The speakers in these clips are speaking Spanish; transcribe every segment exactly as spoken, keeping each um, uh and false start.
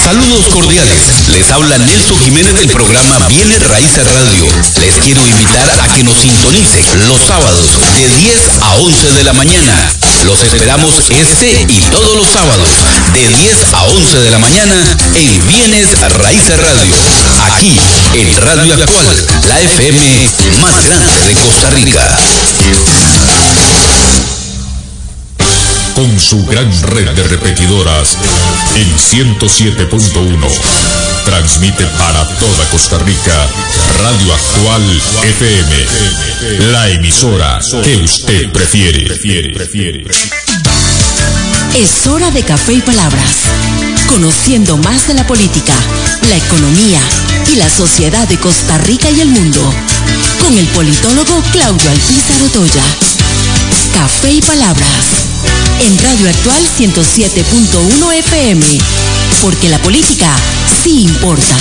Saludos cordiales, les habla Nelson Jiménez del programa Bienes Raíces Radio. Les quiero invitar a que nos sintonicen los sábados de diez a once de la mañana. Los esperamos este y todos los sábados de diez a once de la mañana en Bienes Raíces Radio. Aquí en Radio Actual, la F M más grande de Costa Rica. Con su gran red de repetidoras en ciento siete punto uno. Transmite para toda Costa Rica Radio Actual F M, la emisora que usted prefiere. Es hora de Café y Palabras, conociendo más de la política, la economía y la sociedad de Costa Rica y el mundo, con el politólogo Claudio Alpizar Otoya. Café y Palabras, en Radio Actual ciento siete punto uno F M, porque la política sí importa.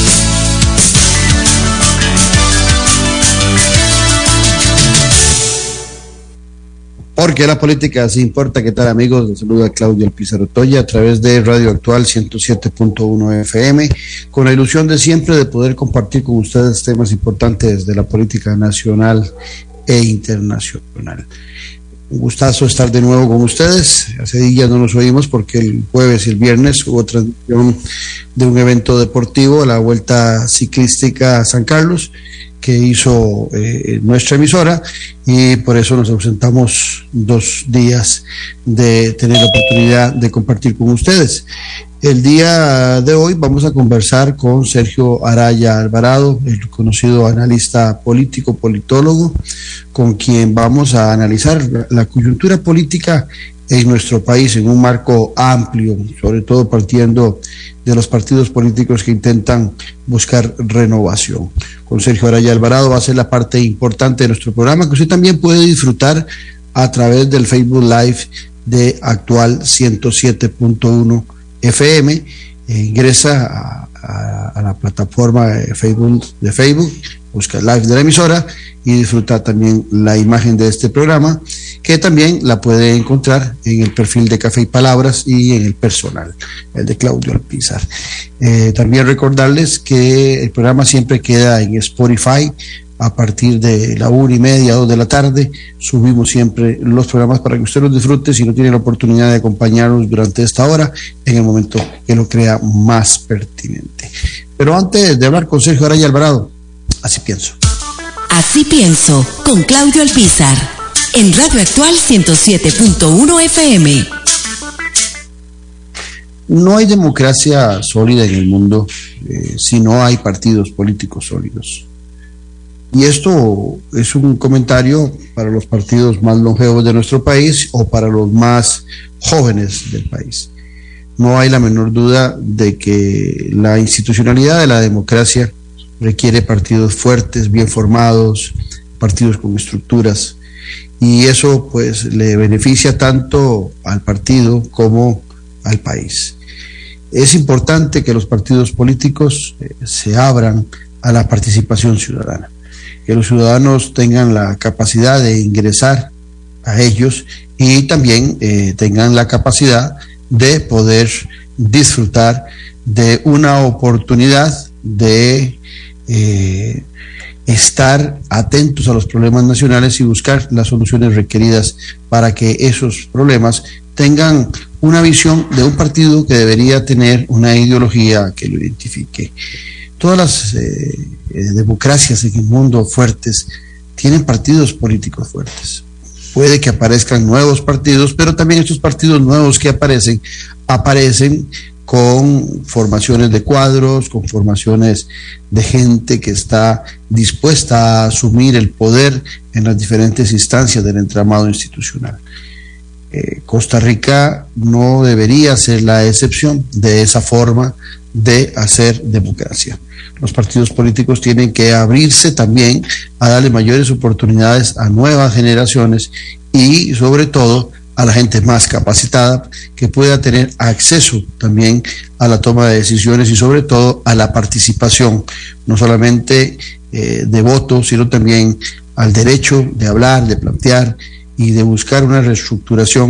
Porque la política sí importa. ¿Qué tal, amigos? Les saluda Claudio Alpizar Otoya a través de Radio Actual ciento siete punto uno F M, con la ilusión de siempre de poder compartir con ustedes temas importantes de la política nacional e internacional. Un gustazo estar de nuevo con ustedes. Hace días no nos oímos porque el jueves y el viernes hubo transmisión de un evento deportivo, la Vuelta Ciclística a San Carlos, que hizo eh, nuestra emisora, y por eso nos ausentamos dos días de tener la oportunidad de compartir con ustedes. El día de hoy vamos a conversar con Sergio Araya Alvarado, el conocido analista político, politólogo, con quien vamos a analizar la, la coyuntura política en nuestro país en un marco amplio, sobre todo partiendo de los partidos políticos que intentan buscar renovación. Con Sergio Araya Alvarado va a ser la parte importante de nuestro programa, que usted también puede disfrutar a través del Facebook Live de Actual ciento siete punto uno F M. Eh, ingresa a, a, a la plataforma de Facebook, de Facebook, busca el live de la emisora y disfruta también la imagen de este programa, que también la puede encontrar en el perfil de Café y Palabras y en el personal, el de Claudio Alpizar. Eh, también recordarles que el programa siempre queda en Spotify a partir de la una y media, dos de la tarde. Subimos siempre los programas para que usted los disfrute, si no tiene la oportunidad de acompañarnos durante esta hora, en el momento que lo crea más pertinente. Pero antes de hablar con Sergio Araya Alvarado, así pienso. Así pienso, con Claudio Alpizar, en Radio Actual ciento siete punto uno F M. No hay democracia sólida en el mundo eh, si no hay partidos políticos sólidos. Y esto es un comentario para los partidos más longevos de nuestro país o para los más jóvenes del país. No hay la menor duda de que la institucionalidad de la democracia requiere partidos fuertes, bien formados, partidos con estructuras, y eso pues le beneficia tanto al partido como al país. Es importante que los partidos políticos eh, se abran a la participación ciudadana, que los ciudadanos tengan la capacidad de ingresar a ellos y también eh, tengan la capacidad de poder disfrutar de una oportunidad de eh, estar atentos a los problemas nacionales y buscar las soluciones requeridas para que esos problemas tengan una visión de un partido que debería tener una ideología que lo identifique. Todas las eh, eh, democracias en el mundo fuertes tienen partidos políticos fuertes. Puede que aparezcan nuevos partidos, pero también estos partidos nuevos que aparecen, aparecen con formaciones de cuadros, con formaciones de gente que está dispuesta a asumir el poder en las diferentes instancias del entramado institucional. Eh, Costa Rica no debería ser la excepción de esa forma de hacer democracia. Los partidos políticos tienen que abrirse también a darle mayores oportunidades a nuevas generaciones y sobre todo a la gente más capacitada que pueda tener acceso también a la toma de decisiones y sobre todo a la participación, no solamente eh, de voto, sino también al derecho de hablar, de plantear y de buscar una reestructuración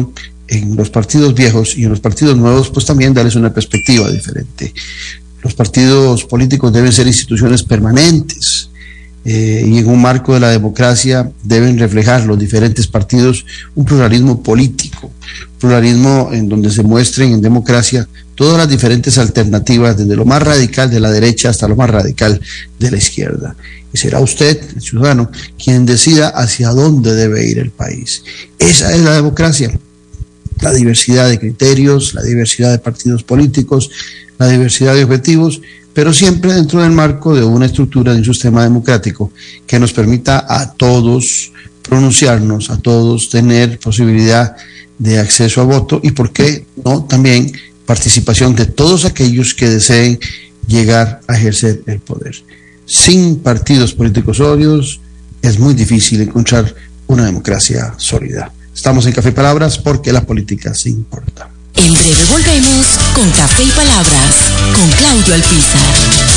en los partidos viejos y en los partidos nuevos, pues también darles una perspectiva diferente. Los partidos políticos deben ser instituciones permanentes eh, y en un marco de la democracia deben reflejar los diferentes partidos un pluralismo político, pluralismo en donde se muestren en democracia todas las diferentes alternativas, desde lo más radical de la derecha hasta lo más radical de la izquierda. Y será usted, el ciudadano, quien decida hacia dónde debe ir el país. Esa es la democracia. La diversidad de criterios, la diversidad de partidos políticos, la diversidad de objetivos, pero siempre dentro del marco de una estructura de un sistema democrático que nos permita a todos pronunciarnos, a todos tener posibilidad de acceso a voto y, por qué no, también participación de todos aquellos que deseen llegar a ejercer el poder. Sin partidos políticos sólidos es muy difícil encontrar una democracia sólida. Estamos en Café y Palabras porque la política sí importa. En breve volvemos con Café y Palabras con Claudio Alpizar.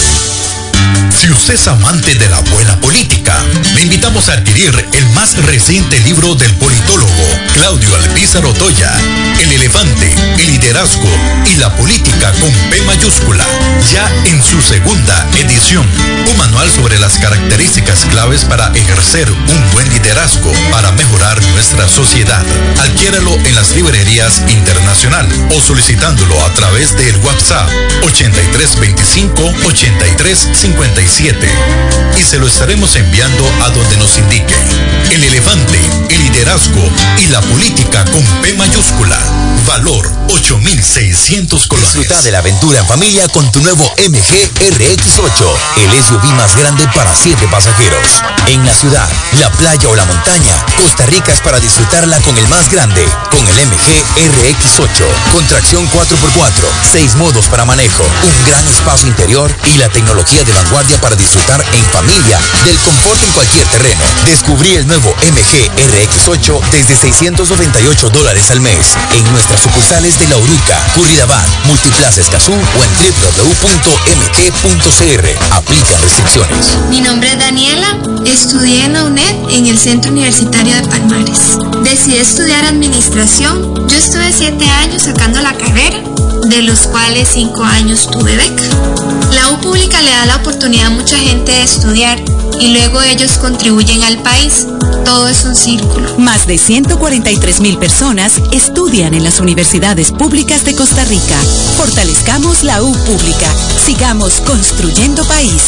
Si usted es amante de la buena política, le invitamos a adquirir el más reciente libro del politólogo Claudio Alpizar Otoya, El elefante, el liderazgo y la política con P mayúscula, ya en su segunda edición. Un manual sobre las características claves para ejercer un buen liderazgo para mejorar nuestra sociedad. Adquiéralo en las librerías Internacional o solicitándolo a través del WhatsApp ochenta y tres veinticinco ochenta y tres cincuenta y siete y se lo estaremos enviando a donde nos indique. El elefante, el liderazgo y la política con P mayúscula. Valor ocho mil seiscientos colones. Disfruta de la aventura en familia con tu nuevo M G R X ocho, el S U V más grande para siete pasajeros. En la ciudad, la playa o la montaña, Costa Rica es para disfrutarla con el más grande, con el M G R X ocho, con tracción cuatro por cuatro, seis modos para manejo, un gran espacio interior y la tecnología de vanguardia para disfrutar en familia del confort en cualquier terreno. Descubrí el nuevo M G R X ocho desde seiscientos noventa y ocho dólares al mes en nuestras sucursales de La Uruca, Curridabat, Multiplaza Escazú o en w w w punto m g punto c r. Aplican restricciones. Mi nombre es Daniela, estudié en la U N E D en el Centro Universitario de Palmares. Decidí estudiar administración. Yo estuve siete años sacando la carrera, de los cuales cinco años tuve beca. La U pública le da la oportunidad a mucha gente de estudiar y luego ellos contribuyen al país. Todo es un círculo. Más de ciento cuarenta y tres mil personas estudian en las universidades públicas de Costa Rica. Fortalezcamos la U pública. Sigamos construyendo país.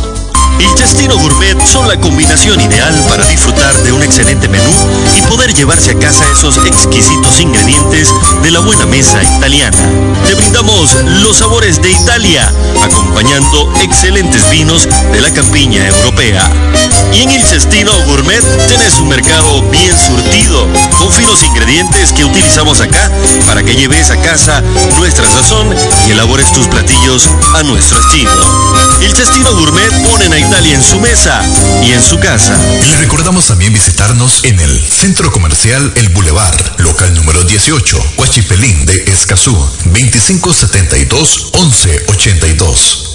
El Cestino Gourmet son la combinación ideal para disfrutar de un excelente menú y poder llevarse a casa esos exquisitos ingredientes de la buena mesa italiana. Te brindamos los sabores de Italia, acompañando excelentes vinos de la campiña europea. Y en el Cestino Gourmet tenés un mercado bien surtido, con finos ingredientes que utilizamos acá para que lleves a casa nuestra sazón y elabores tus platillos a nuestro estilo. El Cestino Gourmet pone a Italia en su mesa y en su casa. Y le recordamos también visitarnos en el Centro Comercial El Boulevard, local número dieciocho, Huachipelín de Escazú, veinticinco setenta y dos, once ochenta y dos.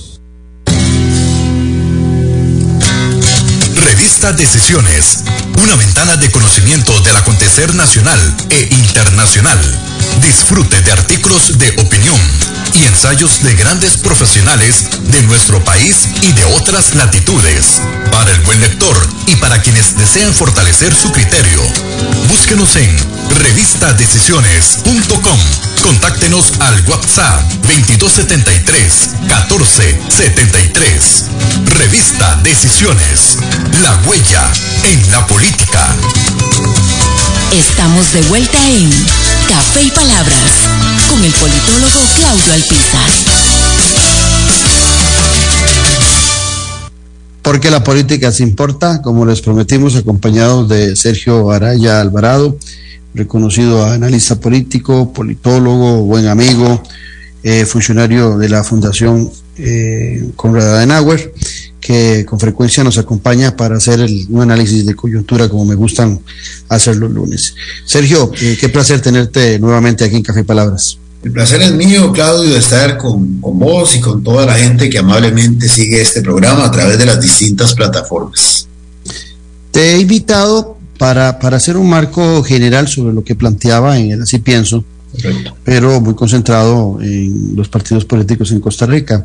Revista Decisiones, una ventana de conocimiento del acontecer nacional e internacional. Disfrute de artículos de opinión y ensayos de grandes profesionales de nuestro país y de otras latitudes. Para el buen lector y para quienes desean fortalecer su criterio, búsquenos en revista decisiones punto com. Contáctenos al WhatsApp veintidós setenta y tres, catorce setenta y tres. Revista Decisiones, la huella en la política. Estamos de vuelta en Café y Palabras con el politólogo Claudio Alpizar. Porque la política se importa, como les prometimos, acompañados de Sergio Araya Alvarado, reconocido analista político, politólogo, buen amigo, eh, funcionario de la Fundación eh, Konrad Adenauer, que con frecuencia nos acompaña para hacer el, un análisis de coyuntura como me gustan hacer los lunes. Sergio, eh, qué placer tenerte nuevamente aquí en Café y Palabras. El placer es mío, Claudio, de estar con, con vos y con toda la gente que amablemente sigue este programa a través de las distintas plataformas. Te he invitado para, para hacer un marco general sobre lo que planteaba en el Así Pienso, correcto, pero muy concentrado en los partidos políticos en Costa Rica.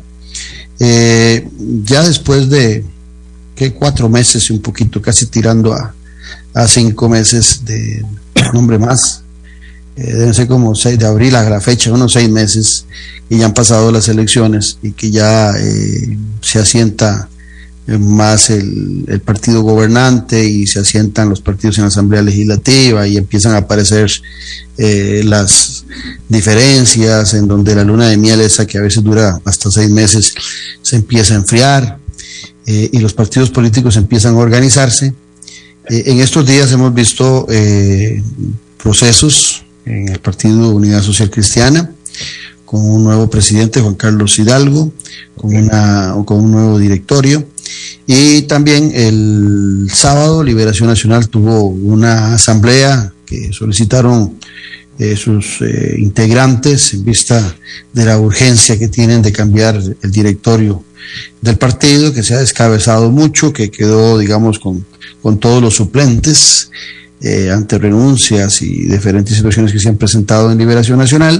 Eh, ya después de que cuatro meses y un poquito, casi tirando a, a cinco meses de nombre más, eh, deben ser como seis de abril a la fecha, unos seis meses, y ya han pasado las elecciones y que ya eh, se asienta más el, el partido gobernante y se asientan los partidos en la Asamblea Legislativa y empiezan a aparecer eh, las diferencias en donde la luna de miel esa que a veces dura hasta seis meses se empieza a enfriar eh, y los partidos políticos empiezan a organizarse. Eh, en estos días hemos visto eh, procesos en el Partido Unidad Social Cristiana con un nuevo presidente, Juan Carlos Hidalgo, con, una, con un nuevo directorio. Y también el sábado Liberación Nacional tuvo una asamblea que solicitaron eh, sus eh, integrantes en vista de la urgencia que tienen de cambiar el directorio del partido, que se ha descabezado mucho, que quedó, digamos, con, con todos los suplentes eh, ante renuncias y diferentes situaciones que se han presentado en Liberación Nacional.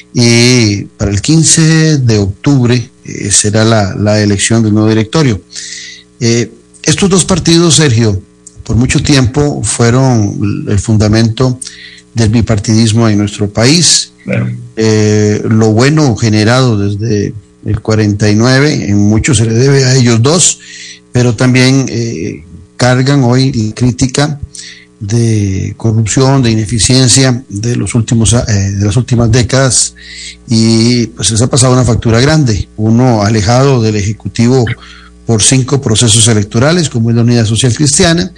Y para el quince de octubre eh, será la, la elección del nuevo directorio. Eh, estos dos partidos, Sergio, por mucho tiempo fueron el fundamento del bipartidismo en nuestro país. Claro. Eh, lo bueno generado desde el cuarenta y nueve, en mucho se le debe a ellos dos, pero también eh, cargan hoy la crítica de corrupción, de ineficiencia de los últimos eh, de las últimas décadas, y pues les ha pasado una factura grande. Uno alejado del Ejecutivo por cinco procesos electorales, como es la Unidad Social Cristiana,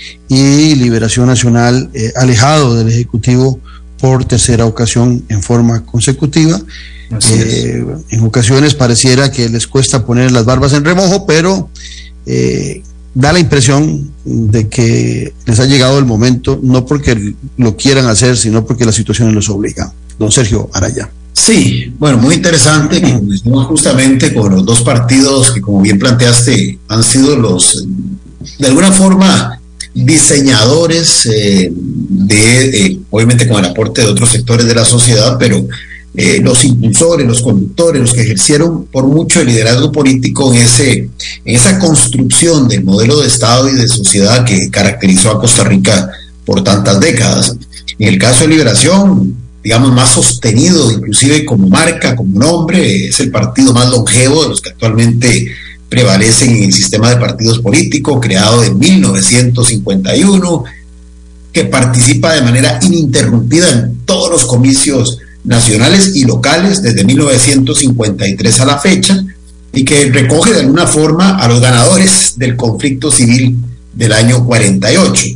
y Liberación Nacional eh, alejado del Ejecutivo por tercera ocasión en forma consecutiva. Eh, en ocasiones pareciera que les cuesta poner las barbas en remojo, pero eh, da la impresión de que les ha llegado el momento, no porque lo quieran hacer, sino porque las situaciones los obligan. Don Sergio Araya. Sí, bueno, muy interesante que comenzamos justamente con los dos partidos que, como bien planteaste, han sido los, de alguna forma, diseñadores eh, de, eh, obviamente con el aporte de otros sectores de la sociedad, pero eh, los impulsores, los conductores, los que ejercieron por mucho el liderazgo político en, ese, en esa construcción del modelo de Estado y de sociedad que caracterizó a Costa Rica por tantas décadas. En el caso de Liberación, digamos, más sostenido, inclusive como marca, como nombre, es el partido más longevo de los que actualmente prevalecen en el sistema de partidos políticos, creado en mil novecientos cincuenta y uno, que participa de manera ininterrumpida en todos los comicios nacionales y locales desde mil novecientos cincuenta y tres a la fecha, y que recoge de alguna forma a los ganadores del conflicto civil del año cuarenta y ocho.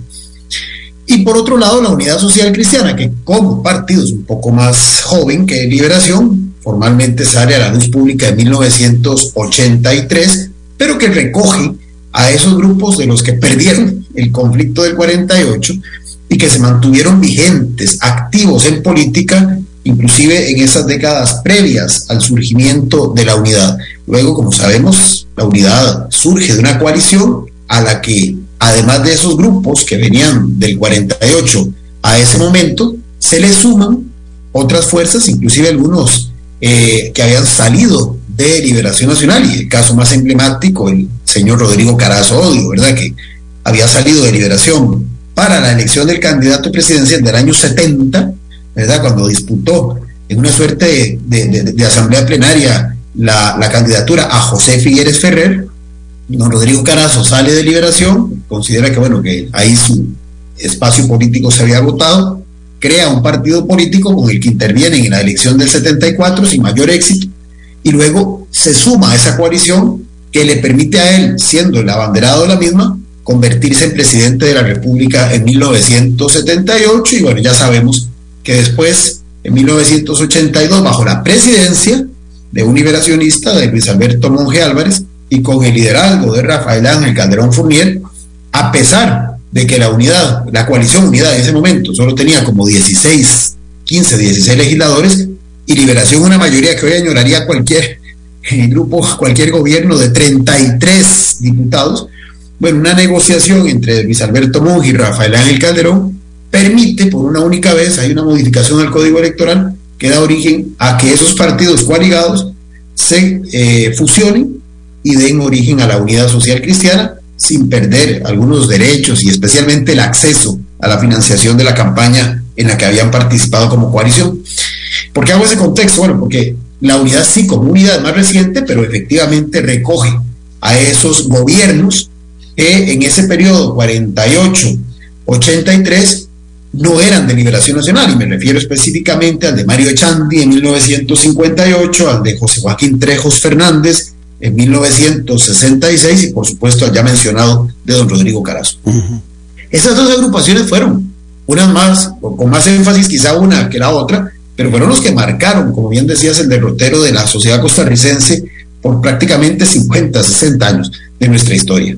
Y por otro lado, la Unidad Social Cristiana, que como partido es un poco más joven que Liberación, formalmente sale a la luz pública en mil novecientos ochenta y tres, pero que recoge a esos grupos de los que perdieron el conflicto del cuarenta y ocho y que se mantuvieron vigentes, activos en política, inclusive en esas décadas previas al surgimiento de la unidad. Luego, como sabemos, la unidad surge de una coalición a la que, además de esos grupos que venían del cuarenta y ocho a ese momento, se le suman otras fuerzas, inclusive algunos eh, que habían salido de Liberación Nacional, y el caso más emblemático, el señor Rodrigo Carazo Odio, ¿verdad?, que había salido de Liberación para la elección del candidato presidencial del año setenta, ¿verdad?, cuando disputó en una suerte de, de, de, de asamblea plenaria la, la candidatura a José Figueres Ferrer. Don Rodrigo Carazo sale de Liberación, considera que bueno, que ahí su espacio político se había agotado, crea un partido político con el que interviene en la elección del setenta y cuatro sin mayor éxito, y luego se suma a esa coalición que le permite a él, siendo el abanderado de la misma, convertirse en presidente de la República en mil novecientos setenta y ocho, y bueno, ya sabemos que después, en mil novecientos ochenta y dos, bajo la presidencia de un liberacionista, de Luis Alberto Monge Álvarez, y con el liderazgo de Rafael Ángel Calderón Fournier, a pesar de que la unidad, la coalición unidad en ese momento solo tenía como dieciséis, quince, dieciséis legisladores, y Liberación una mayoría que hoy añoraría cualquier eh, grupo, cualquier gobierno de treinta y tres diputados, bueno, una negociación entre Luis Alberto Monge y Rafael Ángel Calderón permite por una única vez, hay una modificación al Código Electoral que da origen a que esos partidos coaligados se eh, fusionen y den origen a la Unidad Social Cristiana sin perder algunos derechos y especialmente el acceso a la financiación de la campaña en la que habían participado como coalición. ¿Por qué hago ese contexto? Bueno, porque la unidad sí, como unidad más reciente, pero efectivamente recoge a esos gobiernos que en ese periodo cuarenta y ocho ochenta y tres no eran de Liberación Nacional, y me refiero específicamente al de Mario Echandi en mil novecientos cincuenta y ocho, al de José Joaquín Trejos Fernández en mil novecientos sesenta y seis, y por supuesto al ya mencionado de don Rodrigo Carazo. Uh-huh. Esas dos agrupaciones fueron, unas más, con más énfasis quizá una que la otra, pero fueron los que marcaron, como bien decías, el derrotero de la sociedad costarricense por prácticamente cincuenta, sesenta años de nuestra historia.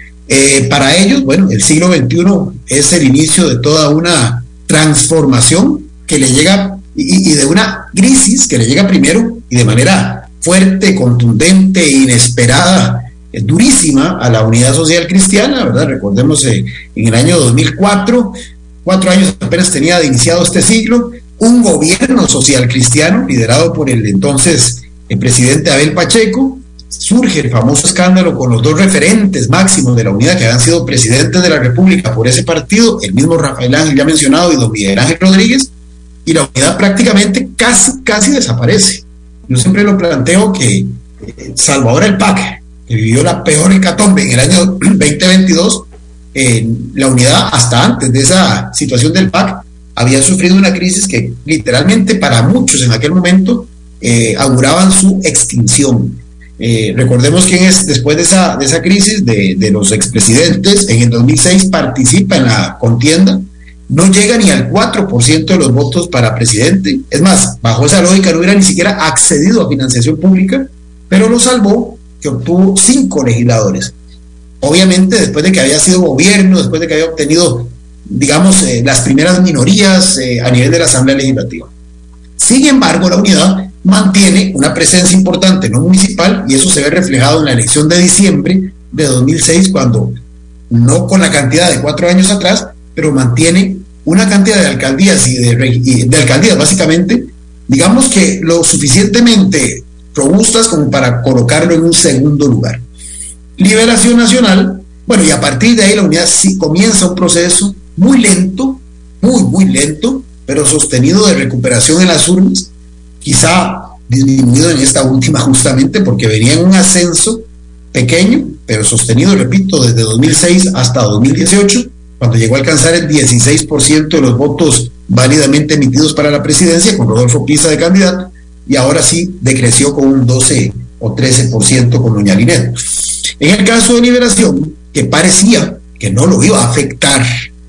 Eh, para ellos, bueno, el siglo veintiuno es el inicio de toda una transformación que le llega, y, y de una crisis que le llega primero y de manera fuerte, contundente, inesperada, eh, durísima a la Unidad Social Cristiana, ¿verdad? Recordemos, eh, en el año dos mil cuatro, cuatro años apenas tenía de iniciado este siglo, un gobierno social cristiano liderado por el entonces el presidente Abel Pacheco. Surge el famoso escándalo con los dos referentes máximos de la unidad que habían sido presidentes de la República por ese partido, el mismo Rafael Ángel ya mencionado y don Miguel Ángel Rodríguez, y la unidad prácticamente casi, casi desaparece. Yo siempre lo planteo que, eh, salvo ahora el P A C, que vivió la peor hecatombe en el año veinte veintidós, eh, la unidad hasta antes de esa situación del P A C había sufrido una crisis que literalmente para muchos en aquel momento eh, auguraban su extinción. Eh, recordemos quién es después de esa, de esa crisis de, de los expresidentes. En el dos mil seis participa en la contienda, no llega ni al cuatro por ciento de los votos para presidente. Es más, bajo esa lógica no hubiera ni siquiera accedido a financiación pública, pero lo salvó que obtuvo cinco legisladores. Obviamente después de que había sido gobierno, después de que había obtenido, digamos, eh, las primeras minorías eh, a nivel de la Asamblea Legislativa. Sin embargo, la unidad mantiene una presencia importante no municipal, y eso se ve reflejado en la elección de diciembre de dos mil seis, cuando, no con la cantidad de cuatro años atrás, pero mantiene una cantidad de alcaldías y de, y de alcaldías básicamente, digamos que lo suficientemente robustas como para colocarlo en un segundo lugar. Liberación Nacional, bueno, y a partir de ahí la unidad sí comienza un proceso muy lento, muy, muy lento, pero sostenido de recuperación en las urnas, quizá disminuido en esta última justamente porque venía en un ascenso pequeño, pero sostenido, repito, desde dos mil seis hasta dos mil dieciocho, cuando llegó a alcanzar el dieciséis por ciento de los votos válidamente emitidos para la presidencia, con Rodolfo Pisa de candidato, y ahora sí decreció con un doce o trece por ciento con doña Linet. En el caso de Liberación, que parecía que no lo iba a afectar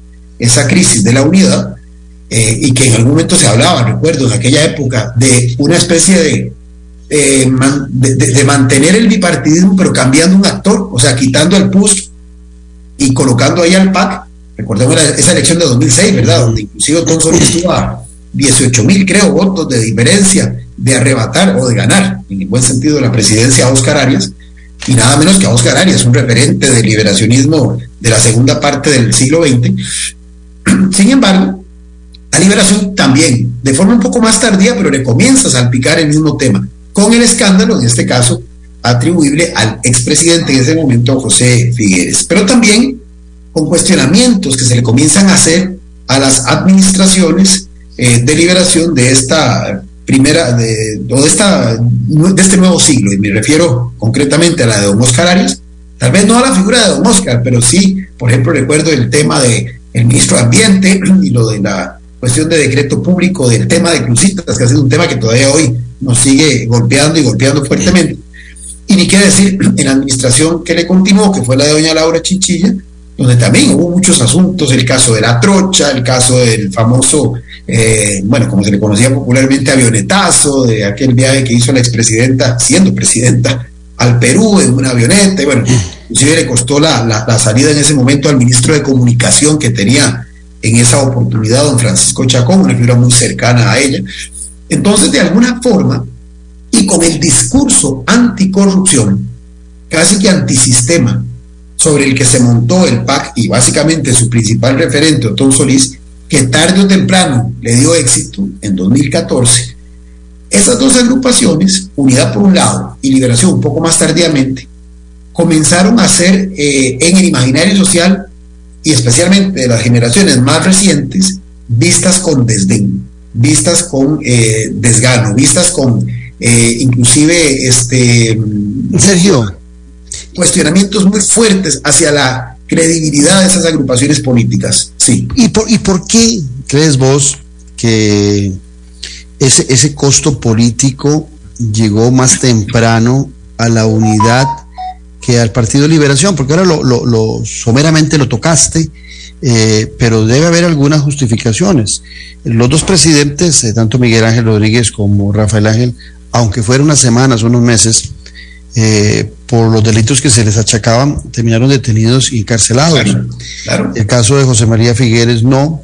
esa crisis de la unidad, Eh, y que en algún momento se hablaba, recuerdo, en aquella época, de una especie de, eh, man, de, de, de mantener el bipartidismo, pero cambiando un actor, o sea, quitando al P U S y colocando ahí al P A C. Recordemos la, esa elección de dos mil seis, ¿verdad? Donde inclusive Tom Solo estuvo a dieciocho mil, creo, votos de diferencia de arrebatar o de ganar, en el buen sentido, de la presidencia a Óscar Arias, y nada menos que a Óscar Arias, un referente del liberacionismo de la segunda parte del siglo veinte. Sin embargo, la Liberación también, de forma un poco más tardía, pero le comienza a salpicar el mismo tema, con el escándalo, en este caso, atribuible al expresidente en ese momento, José Figueres, pero también con cuestionamientos que se le comienzan a hacer a las administraciones eh, de Liberación de esta primera, de, o de, esta, de este nuevo siglo, y me refiero concretamente a la de don Óscar Arias, tal vez no a la figura de don Óscar, pero sí, por ejemplo, recuerdo el tema de el ministro de Ambiente y lo de la cuestión de decreto público, del tema de crucitas, que ha sido un tema que todavía hoy nos sigue golpeando y golpeando fuertemente. Y ni qué decir en la administración que le continuó, que fue la de doña Laura Chinchilla, donde también hubo muchos asuntos, el caso de la trocha, el caso del famoso, eh, bueno, como se le conocía popularmente, avionetazo, de aquel viaje que hizo la expresidenta, siendo presidenta, al Perú en una avioneta, y bueno, inclusive le costó la, la, la salida en ese momento al ministro de Comunicación que tenía en esa oportunidad don Francisco Chacón, una figura muy cercana a ella. Entonces, de alguna forma, y con el discurso anticorrupción, casi que antisistema, sobre el que se montó el P A C y básicamente su principal referente, Otón Solís, que tarde o temprano le dio éxito en dos mil catorce, esas dos agrupaciones, Unidad por un lado y Liberación un poco más tardíamente, comenzaron a ser eh, en el imaginario social y especialmente de las generaciones más recientes, vistas con desdén, vistas con eh, desgano, vistas con eh, inclusive este Sergio, cuestionamientos muy fuertes hacia la credibilidad de esas agrupaciones políticas. Sí. ¿Y por, y por qué crees vos que ese, ese costo político llegó más temprano a la unidad que al Partido de Liberación? Porque ahora lo, lo, lo someramente lo tocaste, eh, pero debe haber algunas justificaciones. Los dos presidentes, eh, tanto Miguel Ángel Rodríguez como Rafael Ángel, aunque fueron unas semanas, unos meses, eh, por los delitos que se les achacaban, terminaron detenidos y encarcelados. Claro, claro. El caso de José María Figueres no.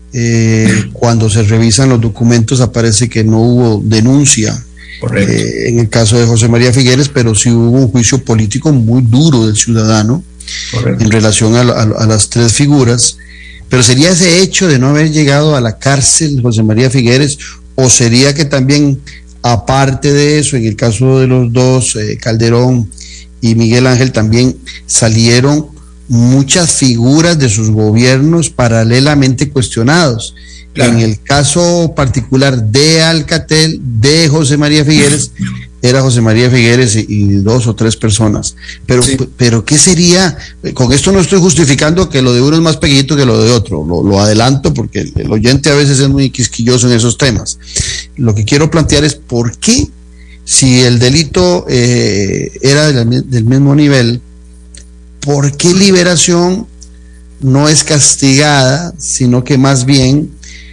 Eh, cuando se revisan los documentos aparece que no hubo denuncia. Correcto. Eh, en el caso de José María Figueres, pero sí hubo un juicio político muy duro del ciudadano. Correcto. En relación a, a, a las tres figuras. Pero sería ese hecho de no haber llegado a la cárcel José María Figueres, o sería que también, aparte de eso, en el caso de los dos, eh, Calderón y Miguel Ángel, también salieron muchas figuras de sus gobiernos paralelamente cuestionados. Claro. En el caso particular de Alcatel, de José María Figueres, era José María Figueres y, y dos o tres personas. Pero, sí. pero ¿qué sería? Con esto no estoy justificando que lo de uno es más pequeñito que lo de otro, lo, lo adelanto porque el, el oyente a veces es muy quisquilloso en esos temas. Lo que quiero plantear es por qué, si el delito eh, era del, del mismo nivel, ¿por qué Liberación no es castigada, sino que más bien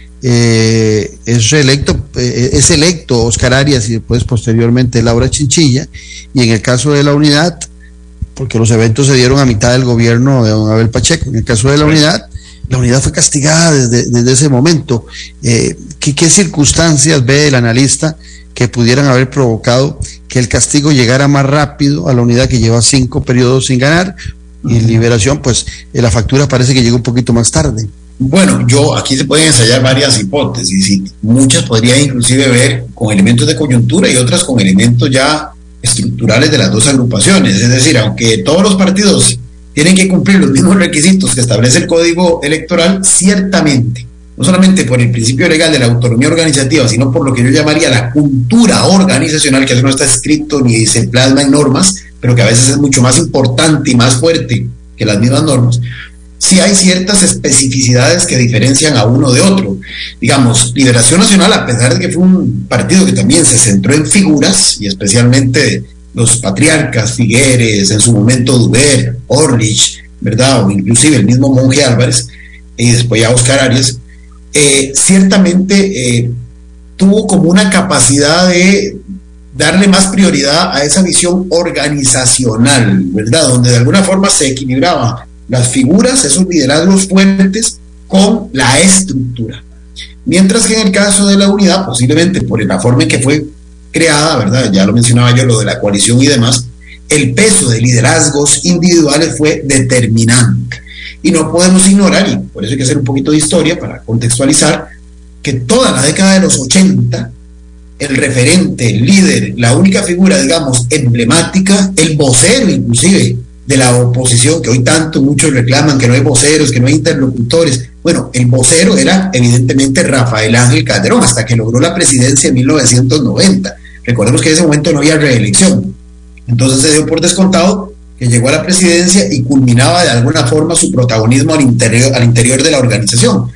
eh, es reelecto, eh, es electo Oscar Arias y después posteriormente Laura Chinchilla? Y en el caso de la unidad, porque los eventos se dieron a mitad del gobierno de don Abel Pacheco, en el caso de la unidad, la unidad fue castigada desde, desde ese momento. Eh, ¿qué, ¿Qué circunstancias ve el analista que pudieran haber provocado que el castigo llegara más rápido a la unidad, que lleva cinco periodos sin ganar, y en Liberación, pues eh, la factura parece que llegó un poquito más tarde? Bueno, yo aquí se pueden ensayar varias hipótesis y muchas podrían inclusive ver con elementos de coyuntura y otras con elementos ya estructurales de las dos agrupaciones. Es decir, aunque todos los partidos tienen que cumplir los mismos requisitos que establece el Código Electoral, ciertamente, no solamente por el principio legal de la autonomía organizativa, sino por lo que yo llamaría la cultura organizacional, que eso no está escrito ni se plasma en normas, pero que a veces es mucho más importante y más fuerte que las mismas normas. Sí hay ciertas especificidades que diferencian a uno de otro. Digamos, Liberación Nacional, a pesar de que fue un partido que también se centró en figuras, y especialmente los patriarcas, Figueres, en su momento Duber, Orlich, ¿verdad? O inclusive el mismo Monje Álvarez, y después ya Oscar Arias, eh, ciertamente eh, tuvo como una capacidad de darle más prioridad a esa visión organizacional, ¿verdad? Donde de alguna forma se equilibraba las figuras, esos liderazgos fuertes, con la estructura. Mientras que en el caso de la unidad, posiblemente por la forma en que fue creada, ¿verdad? Ya lo mencionaba yo, lo de la coalición y demás, el peso de liderazgos individuales fue determinante. Y no podemos ignorar, y por eso hay que hacer un poquito de historia para contextualizar, que toda la década de los ochenta, el referente, el líder, la única figura, digamos, emblemática, el vocero inclusive de la oposición, que hoy tanto muchos reclaman que no hay voceros, que no hay interlocutores. Bueno, el vocero era evidentemente Rafael Ángel Calderón, hasta que logró la presidencia en mil novecientos noventa. Recordemos que en ese momento no había reelección. Entonces se dio por descontado que llegó a la presidencia y culminaba de alguna forma su protagonismo al interior, al interior de la organización.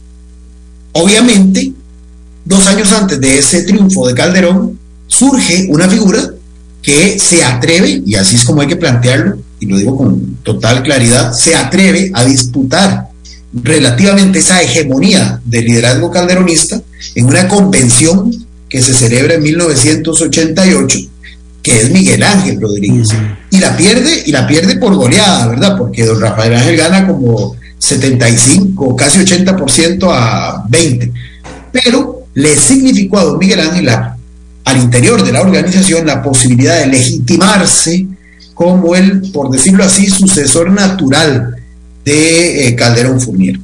Obviamente, dos años antes de ese triunfo de Calderón, surge una figura que se atreve, y así es como hay que plantearlo, y lo digo con total claridad, se atreve a disputar relativamente esa hegemonía del liderazgo calderonista en una convención que se celebra en mil novecientos ochenta y ocho, que es Miguel Ángel Rodríguez, y la pierde, y la pierde por goleada, ¿verdad? Porque don Rafael Ángel gana como setenta y cinco, casi ochenta por ciento a veinte, pero le significó a don Miguel Ángel la, al interior de la organización la posibilidad de legitimarse como el, por decirlo así, sucesor natural de eh, Calderón Fournier.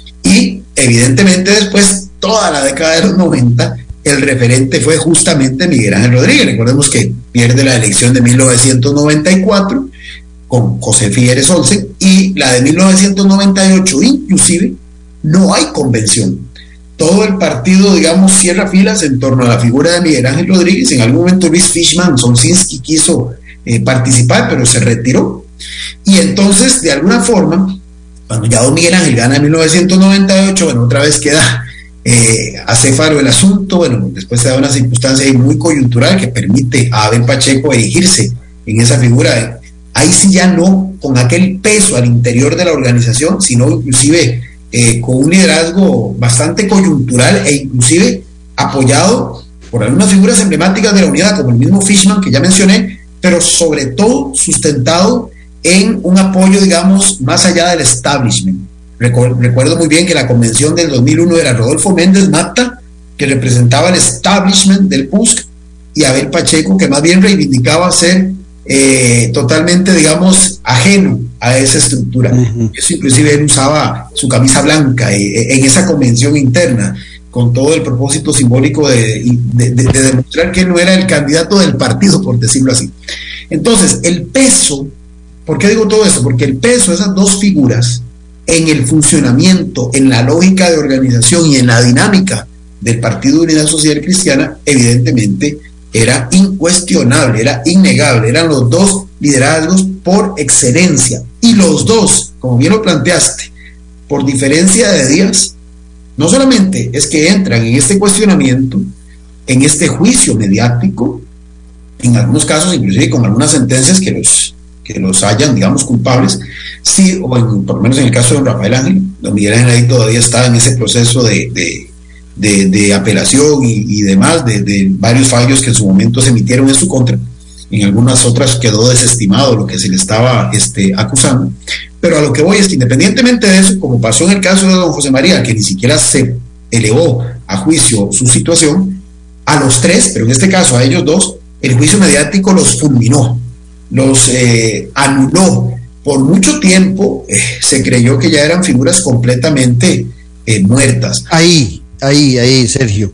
Y evidentemente después, toda la década de los noventa, el referente fue justamente Miguel Ángel Rodríguez. Recordemos que pierde la elección de mil novecientos noventa y cuatro con José Figueres Olsen, y la de mil novecientos noventa y ocho inclusive no hay convención. Todo el partido, digamos, cierra filas en torno a la figura de Miguel Ángel Rodríguez. En algún momento Luis Fishman Solzinski quiso eh, participar, pero se retiró. Y entonces, de alguna forma, cuando ya don Miguel Ángel gana en mil novecientos noventa y ocho, bueno, otra vez queda eh, acéfalo el asunto. Bueno, después se da una circunstancia muy coyuntural que permite a Abel Pacheco erigirse en esa figura. De, ahí sí ya no con aquel peso al interior de la organización, sino inclusive eh, con un liderazgo bastante coyuntural e inclusive apoyado por algunas figuras emblemáticas de la unidad, como el mismo Fishman que ya mencioné, pero sobre todo sustentado en un apoyo, digamos, más allá del establishment. Recuerdo muy bien que la convención del dos mil uno era Rodolfo Méndez Mata, que representaba el establishment del P U S C, y Abel Pacheco, que más bien reivindicaba ser eh, totalmente, digamos, ajeno a esa estructura. Uh-huh. Eso inclusive él usaba su camisa blanca eh, en esa convención interna, con todo el propósito simbólico de, de, de, de demostrar que él no era el candidato del partido, por decirlo así. Entonces, el peso, ¿por qué digo todo esto? Porque el peso de esas dos figuras en el funcionamiento, en la lógica de organización y en la dinámica del Partido de Unidad Social Cristiana, evidentemente era incuestionable, era innegable, eran los dos liderazgos por excelencia, y los dos, como bien lo planteaste, por diferencia de días, no solamente es que entran en este cuestionamiento, en este juicio mediático, en algunos casos inclusive con algunas sentencias que los, que los hayan, digamos, culpables, sí, o en, por lo menos en el caso de don Rafael Ángel, don Miguel Ángel ahí todavía está en ese proceso de, de, de, de apelación y, y demás, de, de varios fallos que en su momento se emitieron en su contra. En algunas otras quedó desestimado lo que se le estaba este, acusando. Pero a lo que voy es que, independientemente de eso, como pasó en el caso de don José María, que ni siquiera se elevó a juicio su situación, a los tres, pero en este caso a ellos dos, el juicio mediático los fulminó, los eh, anuló. Por mucho tiempo eh, se creyó que ya eran figuras completamente eh, muertas. Ahí, ahí, ahí, Sergio,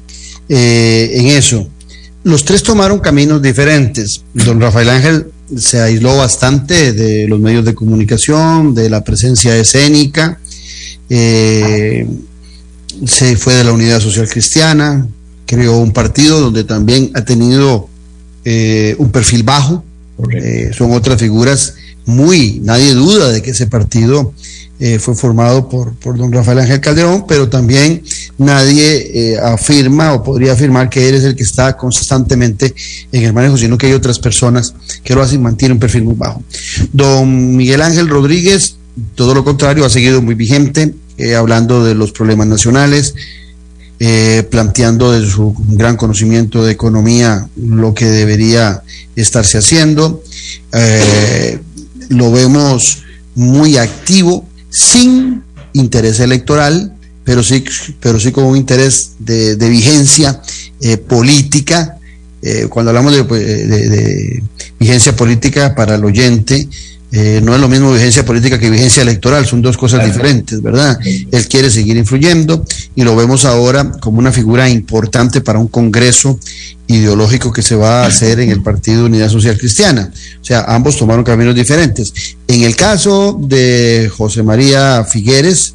eh, en eso. Los tres tomaron caminos diferentes. Don Rafael Ángel se aisló bastante de los medios de comunicación, de la presencia escénica, eh, se fue de la Unidad Social Cristiana, creó un partido donde también ha tenido eh, un perfil bajo. Eh, son otras figuras muy, nadie duda de que ese partido eh, fue formado por, por don Rafael Ángel Calderón, pero también nadie eh, afirma o podría afirmar que él es el que está constantemente en el manejo, sino que hay otras personas que lo hacen, mantiene un perfil muy bajo. Don Miguel Ángel Rodríguez, todo lo contrario, ha seguido muy vigente, eh, hablando de los problemas nacionales, eh, planteando desde su gran conocimiento de economía lo que debería estarse haciendo. Eh, lo vemos muy activo, sin interés electoral, pero sí, pero sí con un interés de, de vigencia eh, política. Eh, cuando hablamos de, de, de vigencia política para el oyente, eh, no es lo mismo vigencia política que vigencia electoral, son dos cosas diferentes, ¿verdad? Él quiere seguir influyendo y lo vemos ahora como una figura importante para un congreso ideológico que se va a hacer en el Partido de Unidad Social Cristiana. O sea, ambos tomaron caminos diferentes. En el caso de José María Figueres,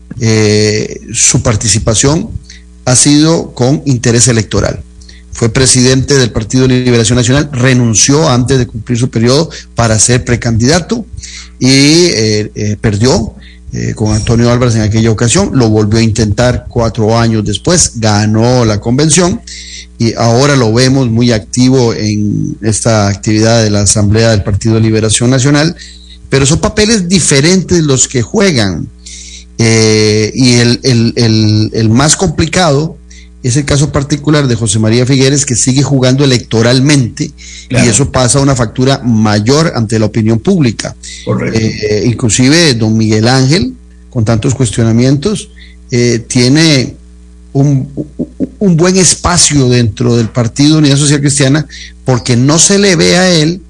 eh, su participación ha sido con interés electoral. Fue presidente del Partido de Liberación Nacional, renunció antes de cumplir su periodo para ser precandidato y eh, eh, perdió eh, con Antonio Álvarez en aquella ocasión, lo volvió a intentar cuatro años después, ganó la convención y ahora lo vemos muy activo en esta actividad de la Asamblea del Partido de Liberación Nacional, pero son papeles diferentes los que juegan eh, y el, el, el, el más complicado es el caso particular de José María Figueres, que sigue jugando electoralmente, claro, y eso pasa a una factura mayor ante la opinión pública. Eh, inclusive don Miguel Ángel, con tantos cuestionamientos, eh, tiene un, un buen espacio dentro del Partido de Unidad Social Cristiana, porque no se le ve a él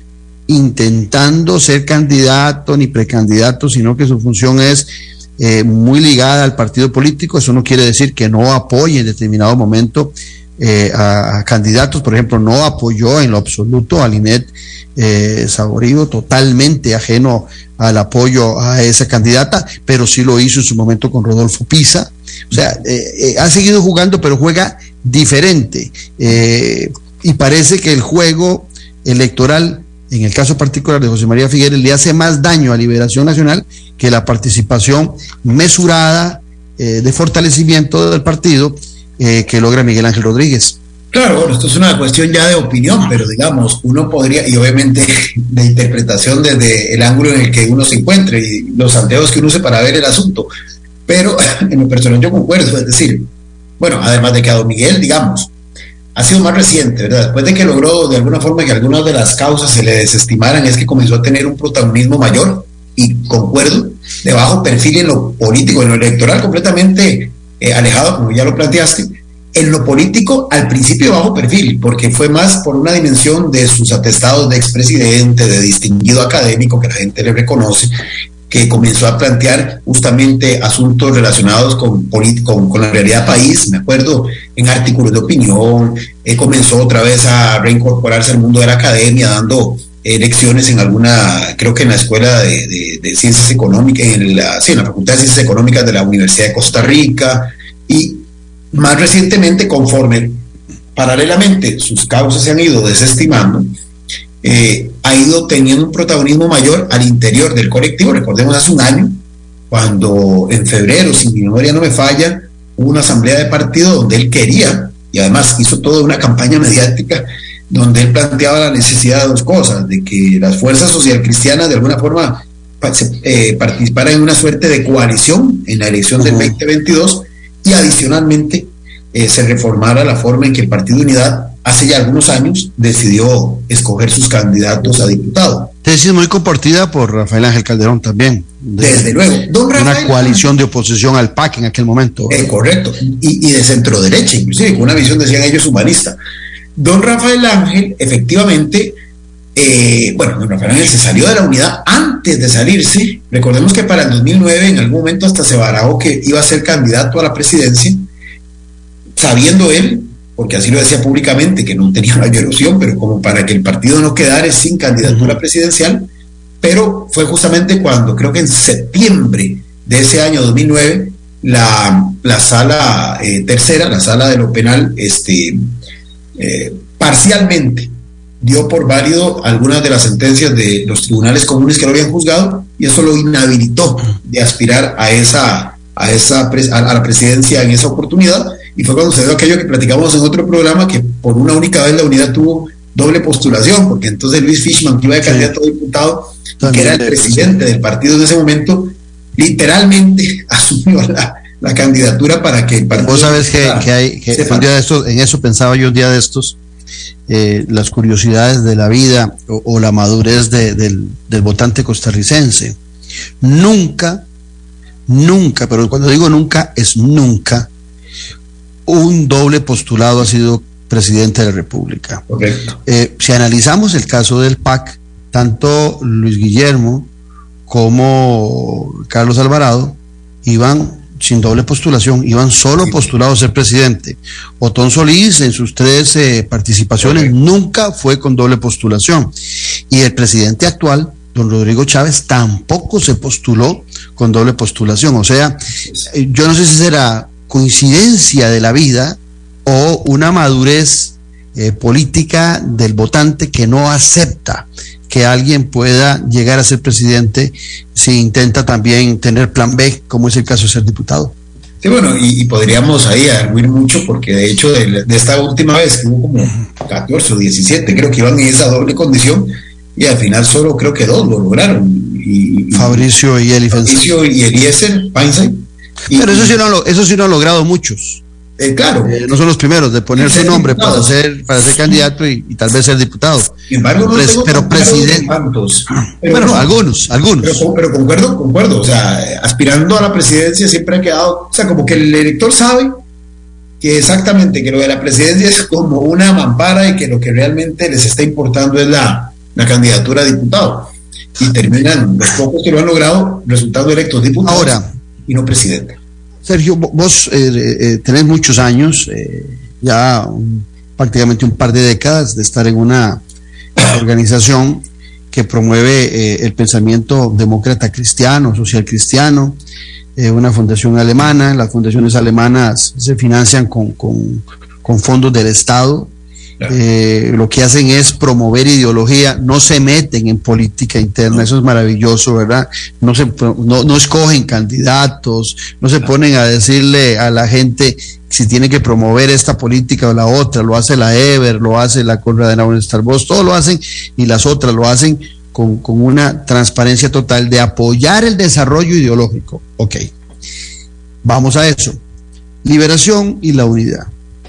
intentando ser candidato ni precandidato, sino que su función es eh, muy ligada al partido político. Eso no quiere decir que no apoye en determinado momento eh, a, a candidatos. Por ejemplo, no apoyó en lo absoluto a Linet eh, Saborido, totalmente ajeno al apoyo a esa candidata, pero sí lo hizo en su momento con Rodolfo Pisa. O sea, eh, eh, ha seguido jugando, pero juega diferente. Eh, y parece que el juego electoral, en el caso particular de José María Figueres, le hace más daño a Liberación Nacional que la participación mesurada eh, de fortalecimiento del partido eh, que logra Miguel Ángel Rodríguez. Claro, bueno, esto es una cuestión ya de opinión, pero digamos, uno podría, y obviamente de interpretación desde el ángulo en el que uno se encuentre y los anteojos que uno use para ver el asunto, pero en lo personal yo concuerdo, es decir, bueno, además de que a don Miguel, digamos, ha sido más reciente, ¿verdad? Después de que logró de alguna forma que algunas de las causas se le desestimaran, es que comenzó a tener un protagonismo mayor, y concuerdo, de bajo perfil en lo político, en lo electoral completamente eh, alejado, como ya lo planteaste. En lo político, al principio de bajo perfil, porque fue más por una dimensión de sus atestados de expresidente, de distinguido académico que la gente le reconoce, que comenzó a plantear justamente asuntos relacionados con, con, con la realidad país. Me acuerdo en artículos de opinión, eh, comenzó otra vez a reincorporarse al mundo de la academia, dando eh, lecciones en alguna, creo que en la Escuela de, de, de Ciencias Económicas, en la, sí, en la Facultad de Ciencias Económicas de la Universidad de Costa Rica, y más recientemente, conforme paralelamente sus causas se han ido desestimando, eh, ha ido teniendo un protagonismo mayor al interior del colectivo. Recordemos hace un año, cuando en febrero, si mi memoria no me falla, hubo una asamblea de partido donde él quería, y además hizo toda una campaña mediática, donde él planteaba la necesidad de dos cosas: de que las fuerzas socialcristianas de alguna forma eh, participaran en una suerte de coalición en la elección del veinte veintidós, y adicionalmente eh, se reformara la forma en que el Partido Unidad hace ya algunos años decidió escoger sus candidatos a diputado. Tesis muy compartida por Rafael Ángel Calderón también. De, Desde luego. Don Rafael, una coalición de oposición al P A C en aquel momento. Eh, correcto. Y, y de centro derecha, inclusive, con una visión, decían ellos, humanista. Don Rafael Ángel, efectivamente, eh, bueno, don Rafael Ángel se salió de la Unidad antes de salirse. Recordemos que para el dos mil nueve, en algún momento hasta se barajó que iba a ser candidato a la presidencia, sabiendo él, porque así lo decía públicamente, que no tenía mayor opción, pero como para que el partido no quedara sin candidatura uh-huh. presidencial. Pero fue justamente cuando, creo que en septiembre de ese año dos mil nueve, la, la sala eh, tercera, la sala de lo penal, este, eh, parcialmente dio por válido algunas de las sentencias de los tribunales comunes que lo habían juzgado, y eso lo inhabilitó de aspirar a esa, a esa a la presidencia en esa oportunidad. Y fue cuando se dio aquello que platicamos en otro programa, que por una única vez la Unidad tuvo doble postulación, porque entonces Luis Fishman, que iba de candidato a diputado, que era el presidente del partido en ese momento, literalmente asumió la, la candidatura para que el partido... Vos sabés que, que hay, que un día de estos, en eso pensaba yo un día de estos, eh, las curiosidades de la vida o, o la madurez de, del, del votante costarricense. Nunca, nunca, pero cuando digo nunca, es nunca, un doble postulado ha sido presidente de la República. Correcto. Eh, si analizamos el caso del P A C, tanto Luis Guillermo como Carlos Alvarado iban sin doble postulación, iban solo postulados a ser presidente. Otón Solís, en sus tres eh, participaciones, Correcto. Nunca fue con doble postulación. Y el presidente actual, don Rodrigo Chávez, tampoco se postuló con doble postulación. O sea, eh, yo no sé si será coincidencia de la vida o una madurez eh, política del votante que no acepta que alguien pueda llegar a ser presidente si intenta también tener plan B, como es el caso de ser diputado. Sí, bueno, y, y podríamos ahí arguir mucho, porque de hecho de, de esta última vez que hubo como catorce o diecisiete, creo que iban en esa doble condición, y al final solo creo que dos lo lograron. Y, y, Fabricio y Eliezer. Fabricio y Eliezer Feinstein. Pero eso sí no lo, eso sí no han logrado muchos. Eh, claro. Eh, no son los primeros de poner su nombre para ser, para ser candidato y, y tal vez ser diputado. Sin embargo, no Pres, pero presidente. Pero bueno, no, algunos, algunos. Pero, pero concuerdo, concuerdo. O sea, aspirando a la presidencia siempre ha quedado, o sea, como que el elector sabe que exactamente que lo de la presidencia es como una mampara y que lo que realmente les está importando es la, la candidatura a diputado. Y terminan los pocos que lo han logrado resultando electos diputados ahora, y no presidente. Sergio, vos eh, eh, tenés muchos años, eh, ya un, prácticamente un par de décadas de estar en una organización que promueve eh, el pensamiento demócrata cristiano, social cristiano, eh, una fundación alemana. Las fundaciones alemanas se financian con, con, con fondos del Estado. Eh, lo que hacen es promover ideología, no se meten en política interna, eso es maravilloso, ¿verdad? No se no, no escogen candidatos, no se ponen a decirle a la gente si tiene que promover esta política o la otra. Lo hace la Eber, lo hace la Konrad Adenauer Stellenbosch, todo lo hacen, y las otras lo hacen con, con una transparencia total de apoyar el desarrollo ideológico. Ok, vamos a eso. Liberación y la unidad.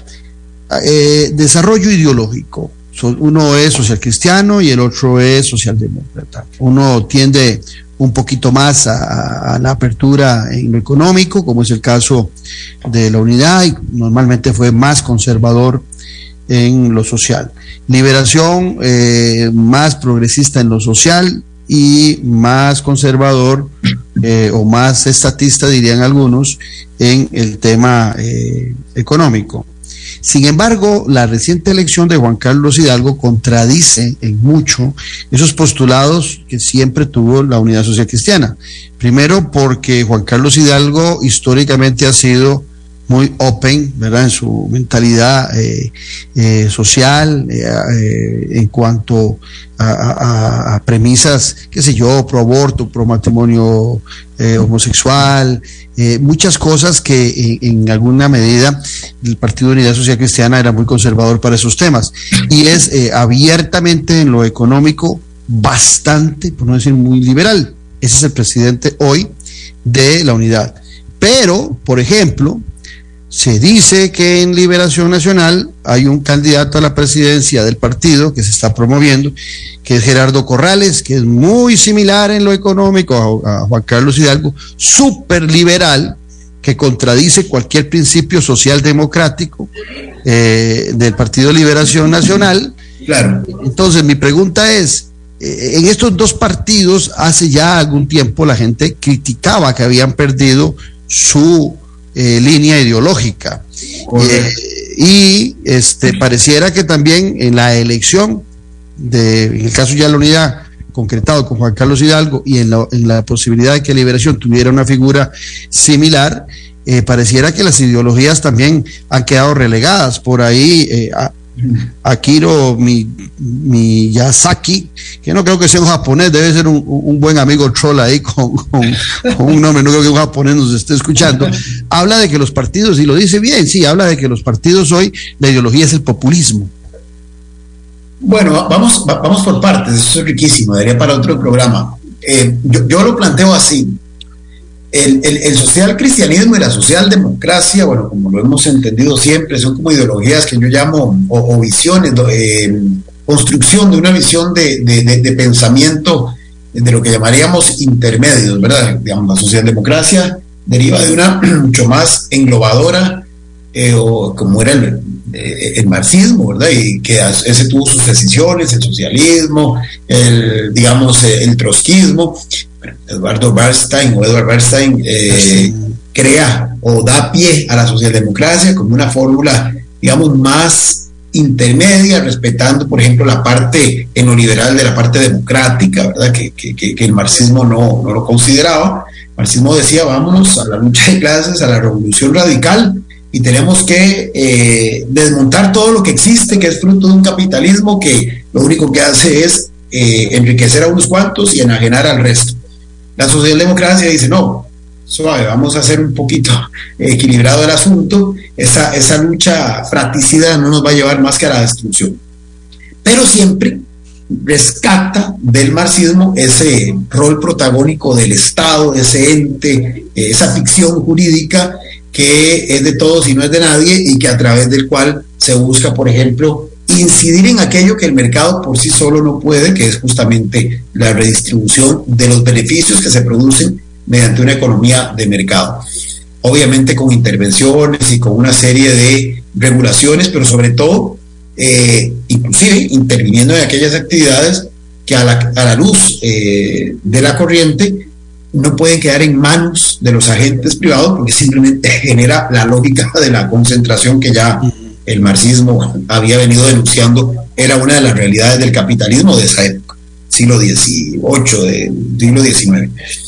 Eh, desarrollo ideológico. So, uno es social cristiano y el otro es socialdemócrata. Uno tiende un poquito más a, a la apertura en lo económico, como es el caso de la unidad, y normalmente fue más conservador en lo social. Liberación, eh, más progresista en lo social y más conservador eh, o más estatista, dirían algunos, en el tema eh, económico. Sin embargo, la reciente elección de Juan Carlos Hidalgo contradice en mucho esos postulados que siempre tuvo la Unidad Social Cristiana. Primero, porque Juan Carlos Hidalgo históricamente ha sido muy open, ¿verdad?, en su mentalidad eh, eh, social, eh, eh, en cuanto a, a, a premisas, qué sé yo, pro aborto, pro matrimonio eh, homosexual, eh, muchas cosas que en, en alguna medida el Partido de Unidad Social Cristiana era muy conservador para esos temas, y es eh, abiertamente en lo económico bastante, por no decir muy liberal. Ese es el presidente hoy de la Unidad. Pero, por ejemplo, se dice que en Liberación Nacional hay un candidato a la presidencia del partido que se está promoviendo, que es Gerardo Corrales, que es muy similar en lo económico a, a Juan Carlos Hidalgo, súper liberal, que contradice cualquier principio social democrático eh, del Partido Liberación Nacional. Claro. Entonces, mi pregunta es, eh, en estos dos partidos hace ya algún tiempo la gente criticaba que habían perdido su Eh, línea ideológica, eh, y este pareciera que también en la elección de, en el caso ya de la unidad concretado con Juan Carlos Hidalgo, y en la, en la posibilidad de que Liberación tuviera una figura similar, eh, pareciera que las ideologías también han quedado relegadas. Por ahí eh, a, Akiro Miyazaki, que no creo que sea un japonés, debe ser un, un buen amigo troll ahí con, con, con un nombre, no creo que un japonés nos esté escuchando, habla de que los partidos, y lo dice bien, sí, habla de que los partidos hoy, la ideología es el populismo. Bueno, vamos, vamos por partes, eso es riquísimo, daría para otro programa. Eh, yo, yo lo planteo así. El, el, el social cristianismo y la socialdemocracia, bueno, como lo hemos entendido siempre, son como ideologías que yo llamo, o, o visiones, eh, construcción de una visión de, de, de, de pensamiento de lo que llamaríamos intermedios, ¿verdad? Digamos, la socialdemocracia deriva de una mucho más englobadora, eh, o como era el, el marxismo, ¿verdad? Y que ese tuvo sus decisiones, el socialismo, el, digamos, el trotskismo. Eduardo Bernstein o Edward Bernstein eh, crea o da pie a la socialdemocracia como una fórmula, digamos, más intermedia, respetando, por ejemplo, la parte neoliberal de la parte democrática, ¿verdad? Que, que, que el marxismo no, no lo consideraba. El marxismo decía, vámonos a la lucha de clases, a la revolución radical, y tenemos que eh, desmontar todo lo que existe, que es fruto de un capitalismo que lo único que hace es eh, enriquecer a unos cuantos y enajenar al resto. La socialdemocracia dice, no, suave, vamos a hacer un poquito equilibrado el asunto, esa, esa lucha fratricida no nos va a llevar más que a la destrucción. Pero siempre rescata del marxismo ese rol protagónico del Estado, ese ente, esa ficción jurídica que es de todos y no es de nadie, y que a través del cual se busca, por ejemplo, incidir en aquello que el mercado por sí solo no puede, que es justamente la redistribución de los beneficios que se producen mediante una economía de mercado. Obviamente con intervenciones y con una serie de regulaciones, pero sobre todo, eh, inclusive interviniendo en aquellas actividades que a la, a la luz eh, de la corriente no pueden quedar en manos de los agentes privados, porque simplemente genera la lógica de la concentración que ya el marxismo había venido denunciando, era una de las realidades del capitalismo de esa época, siglo dieciocho, de, siglo diecinueve,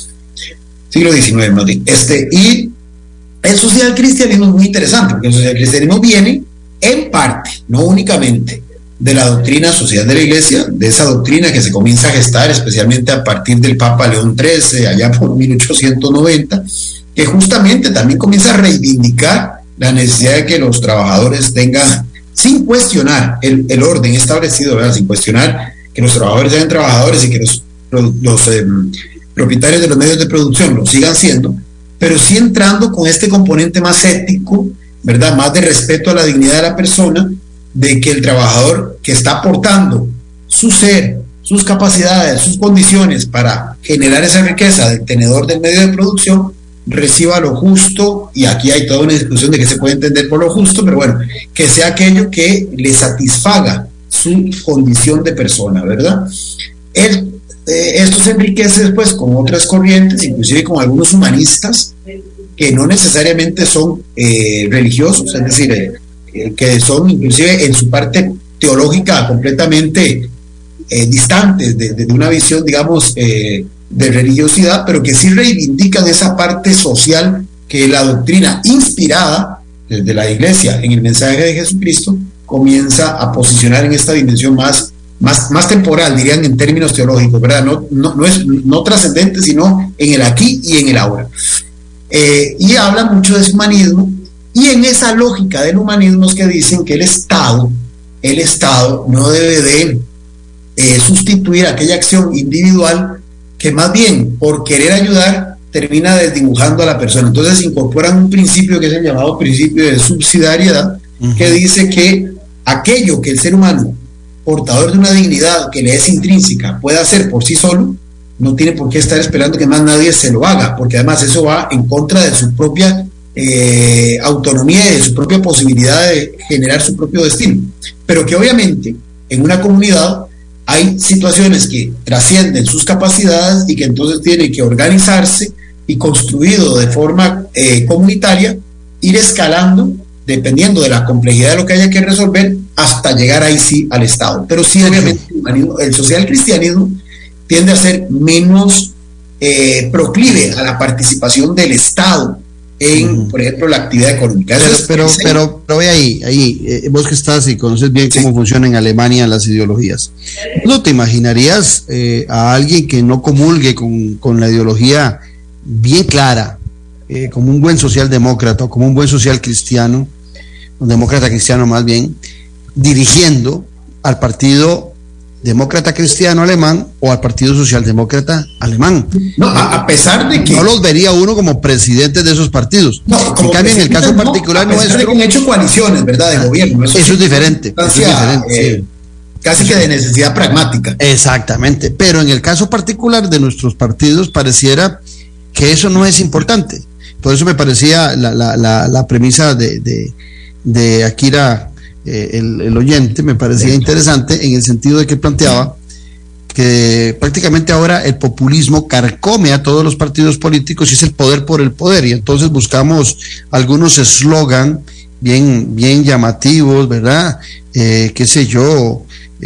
siglo diecinueve más bien. Este, y el social cristianismo es muy interesante, porque el social cristianismo viene en parte, no únicamente, de la doctrina social de la Iglesia, de esa doctrina que se comienza a gestar especialmente a partir del Papa León trece, allá por mil ochocientos noventa, que justamente también comienza a reivindicar la necesidad de que los trabajadores tengan, sin cuestionar el, el orden establecido, ¿verdad? Sin cuestionar que los trabajadores sean trabajadores y que los, los, los eh, propietarios de los medios de producción lo sigan siendo, pero sí entrando con este componente más ético, ¿verdad? Más de respeto a la dignidad de la persona, de que el trabajador que está aportando su ser, sus capacidades, sus condiciones para generar esa riqueza del tenedor del medio de producción, reciba lo justo, y aquí hay toda una discusión de qué se puede entender por lo justo, pero bueno, que sea aquello que le satisfaga su condición de persona, ¿verdad? Él, eh, esto se enriquece después con otras corrientes, inclusive con algunos humanistas, que no necesariamente son eh, religiosos, es decir, eh, que son inclusive en su parte teológica completamente eh, distantes de, de, de una visión, digamos, eh, de religiosidad, pero que sí reivindican esa parte social que la doctrina inspirada desde la Iglesia en el mensaje de Jesucristo comienza a posicionar en esta dimensión más, más, más temporal, dirían en términos teológicos, ¿verdad? No, no, no es no trascendente, sino en el aquí y en el ahora. Eh, y habla mucho de ese humanismo. Y en esa lógica del humanismo es que dicen que el Estado, el Estado no debe de eh, sustituir aquella acción individual que más bien por querer ayudar termina desdibujando a la persona. Entonces incorporan un principio que es el llamado principio de subsidiariedad, uh-huh, que dice que aquello que el ser humano, portador de una dignidad que le es intrínseca, pueda hacer por sí solo, no tiene por qué estar esperando que más nadie se lo haga, porque además eso va en contra de su propia Eh, autonomía y de su propia posibilidad de generar su propio destino, pero que obviamente en una comunidad hay situaciones que trascienden sus capacidades y que entonces tienen que organizarse y, construido de forma eh, comunitaria, ir escalando dependiendo de la complejidad de lo que haya que resolver hasta llegar ahí sí al Estado. Pero sí, obviamente el social cristianismo tiende a ser menos eh, proclive a la participación del Estado en, uh-huh, por ejemplo, la actividad económica. Pero, pero, pero, pero ve ahí, ahí eh, vos que estás y conoces bien cómo sí. funciona en Alemania las ideologías. ¿No te imaginarías eh, a alguien que no comulgue con, con la ideología bien clara, eh, como un buen socialdemócrata o como un buen social cristiano, un demócrata cristiano más bien, dirigiendo al partido demócrata cristiano alemán o al partido socialdemócrata alemán? No, a, a pesar de que no los vería uno como presidentes de esos partidos. No, en cambio, en el caso no, particular a pesar nuestro, de que han hecho coaliciones, ¿verdad?, de gobierno. Eso, eso es diferente. Eso es diferente. Eh, sí. Casi que de necesidad pragmática. Exactamente. Pero en el caso particular de nuestros partidos pareciera que eso no es importante. Por eso me parecía la, la, la, la premisa de, de, de Akira, Eh, el, el oyente, me parecía interesante en el sentido de que planteaba que prácticamente ahora el populismo carcome a todos los partidos políticos y es el poder por el poder, y entonces buscamos algunos eslogan bien, bien llamativos, ¿verdad? Eh, qué sé yo,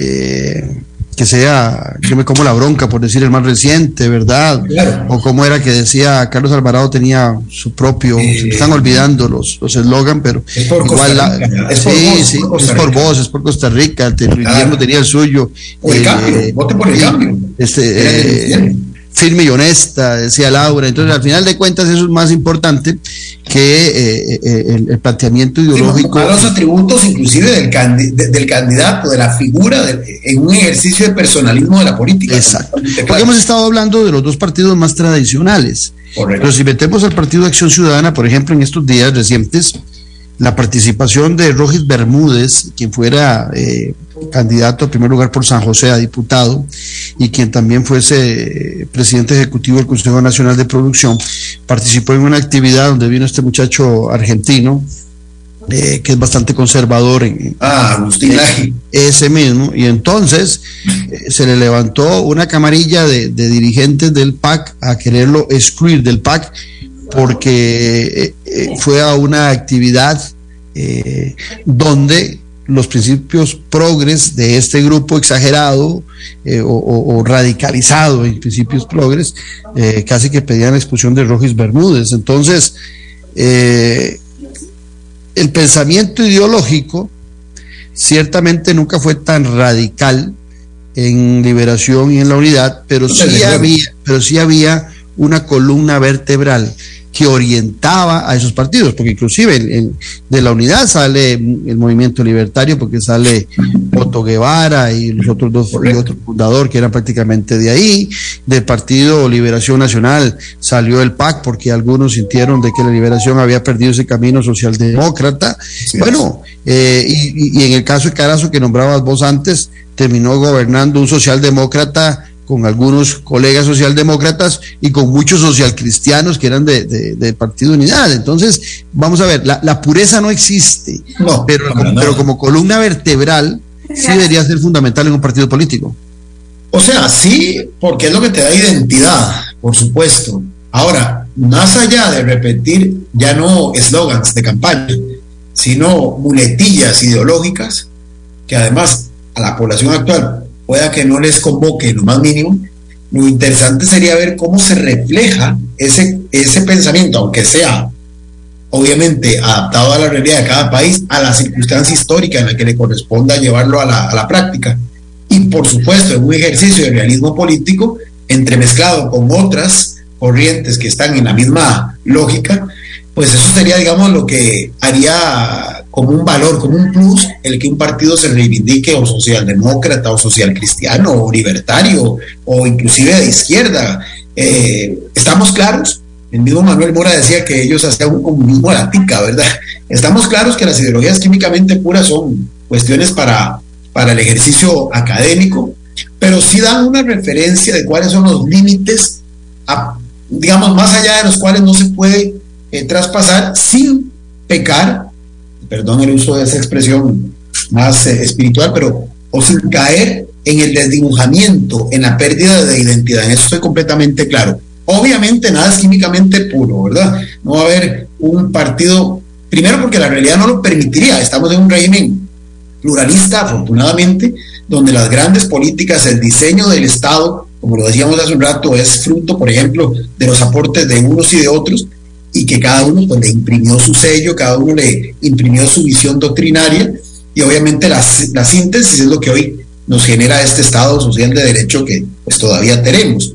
eh, que sea, yo me como la bronca por decir el más reciente, ¿verdad? Claro. O como era que decía Carlos Alvarado, tenía su propio, eh, se están olvidando los los eslogan, pero es por igual la, es por sí, vos, sí, por es por vos, es por Costa Rica, claro. Guillermo tenía el suyo. O el eh, cambio, vote por el cambio. Este, eh, firme y honesta, decía Laura. Entonces, al final de cuentas, eso es más importante que eh, eh, el, el planteamiento ideológico. Sí, los atributos, inclusive del, candi de, del candidato, de la figura, de, en un ejercicio de personalismo de la política. Exacto. Porque hemos estado hablando de los dos partidos más tradicionales. Correcto. Pero si metemos al Partido de Acción Ciudadana, por ejemplo, en estos días recientes, la participación de Rogis Bermúdez, quien fuera eh, candidato en primer lugar por San José a diputado y quien también fuese eh, presidente ejecutivo del Consejo Nacional de Producción, participó en una actividad donde vino este muchacho argentino, eh, que es bastante conservador. En, ah, Agustín Laje. Ese mismo, y entonces eh, se le levantó una camarilla de, de dirigentes del P A C a quererlo excluir del P A C porque eh, fue a una actividad eh, donde los principios progres de este grupo exagerado eh, o, o, o radicalizado en principios progres eh, casi que pedían la expulsión de Rogis Bermúdez. Entonces eh, el pensamiento ideológico ciertamente nunca fue tan radical en Liberación y en la Unidad, pero sí había, pero sí había una columna vertebral que orientaba a esos partidos, porque inclusive en, en, de la Unidad sale el Movimiento Libertario, porque sale Otto Guevara y los otros dos, y otro fundador que eran prácticamente de ahí. Del Partido Liberación Nacional salió el P A C, porque algunos sintieron de que la Liberación había perdido ese camino socialdemócrata. Sí, bueno, eh, y, y en el caso de Carazo, que nombrabas vos antes, terminó gobernando un socialdemócrata con algunos colegas socialdemócratas y con muchos socialcristianos que eran de, de, de Partido Unidad. Entonces, vamos a ver, la, la pureza no existe, no, pero, como, pero como columna vertebral sí debería ser fundamental en un partido político. O sea, sí, porque es lo que te da identidad, por supuesto. Ahora, más allá de repetir ya no eslogans de campaña, sino muletillas ideológicas, que además a la población actual pueda que no les convoque lo más mínimo, lo interesante sería ver cómo se refleja ese, ese pensamiento, aunque sea obviamente adaptado a la realidad de cada país, a la circunstancia histórica en la que le corresponda llevarlo a la, a la práctica, y por supuesto en un ejercicio de realismo político entremezclado con otras corrientes que están en la misma lógica. Pues eso sería, digamos, lo que haría como un valor, como un plus, el que un partido se reivindique o socialdemócrata o socialcristiano o libertario o inclusive de izquierda. Eh, ¿Estamos claros? El mismo Manuel Mora decía que ellos hacían un comunismo a la tica, ¿verdad? Estamos claros que las ideologías químicamente puras son cuestiones para, para el ejercicio académico, pero sí dan una referencia de cuáles son los límites, a, digamos, más allá de los cuales no se puede eh, traspasar sin pecar, perdón el uso de esa expresión más eh, espiritual, pero o sin caer en el desdibujamiento, en la pérdida de identidad. En eso estoy completamente claro. Obviamente nada es químicamente puro, ¿verdad? No va a haber un partido, primero porque la realidad no lo permitiría. Estamos en un régimen pluralista, afortunadamente, donde las grandes políticas, el diseño del Estado, como lo decíamos hace un rato, es fruto, por ejemplo, de los aportes de unos y de otros, y que cada uno pues, le imprimió su sello, cada uno le imprimió su visión doctrinaria, y obviamente la, la síntesis es lo que hoy nos genera este Estado social de derecho que pues todavía tenemos,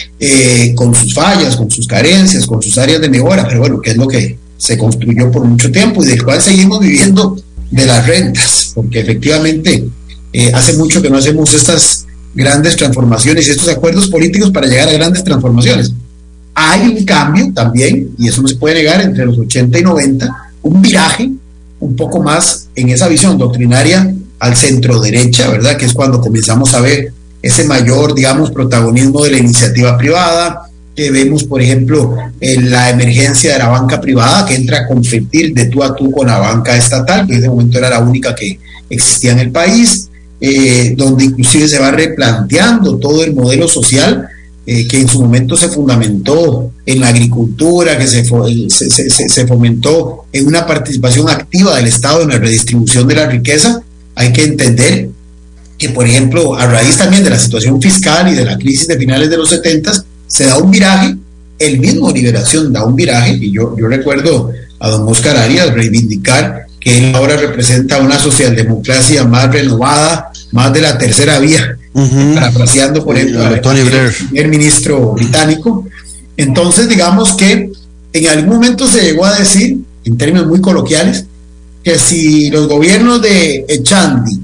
eh, con sus fallas, con sus carencias, con sus áreas de mejora, pero bueno, que es lo que se construyó por mucho tiempo y del cual seguimos viviendo de las rentas, porque efectivamente eh, hace mucho que no hacemos estas grandes transformaciones y estos acuerdos políticos para llegar a grandes transformaciones. Hay un cambio también, y eso no se puede negar, entre los ochenta y noventa, un viraje un poco más en esa visión doctrinaria al centro derecha, ¿verdad? Que es cuando comenzamos a ver ese mayor, digamos, protagonismo de la iniciativa privada, que vemos, por ejemplo, en la emergencia de la banca privada que entra a competir de tú a tú con la banca estatal, que en ese momento era la única que existía en el país, eh, donde inclusive se va replanteando todo el modelo social eh, que en su momento se fundamentó en la agricultura, que se, se, se, se fomentó en una participación activa del Estado en la redistribución de la riqueza. Hay que entender que, por ejemplo, a raíz también de la situación fiscal y de la crisis de finales de los setentas, se da un viraje, el mismo Liberación da un viraje, y yo, yo recuerdo a don Oscar Arias reivindicar que él ahora representa una socialdemocracia más renovada, más de la tercera vía, uh-huh. parafraseando por ejemplo uh, Tony Blair, el primer ministro británico. Entonces digamos que en algún momento se llegó a decir, en términos muy coloquiales, que si los gobiernos de Echandi,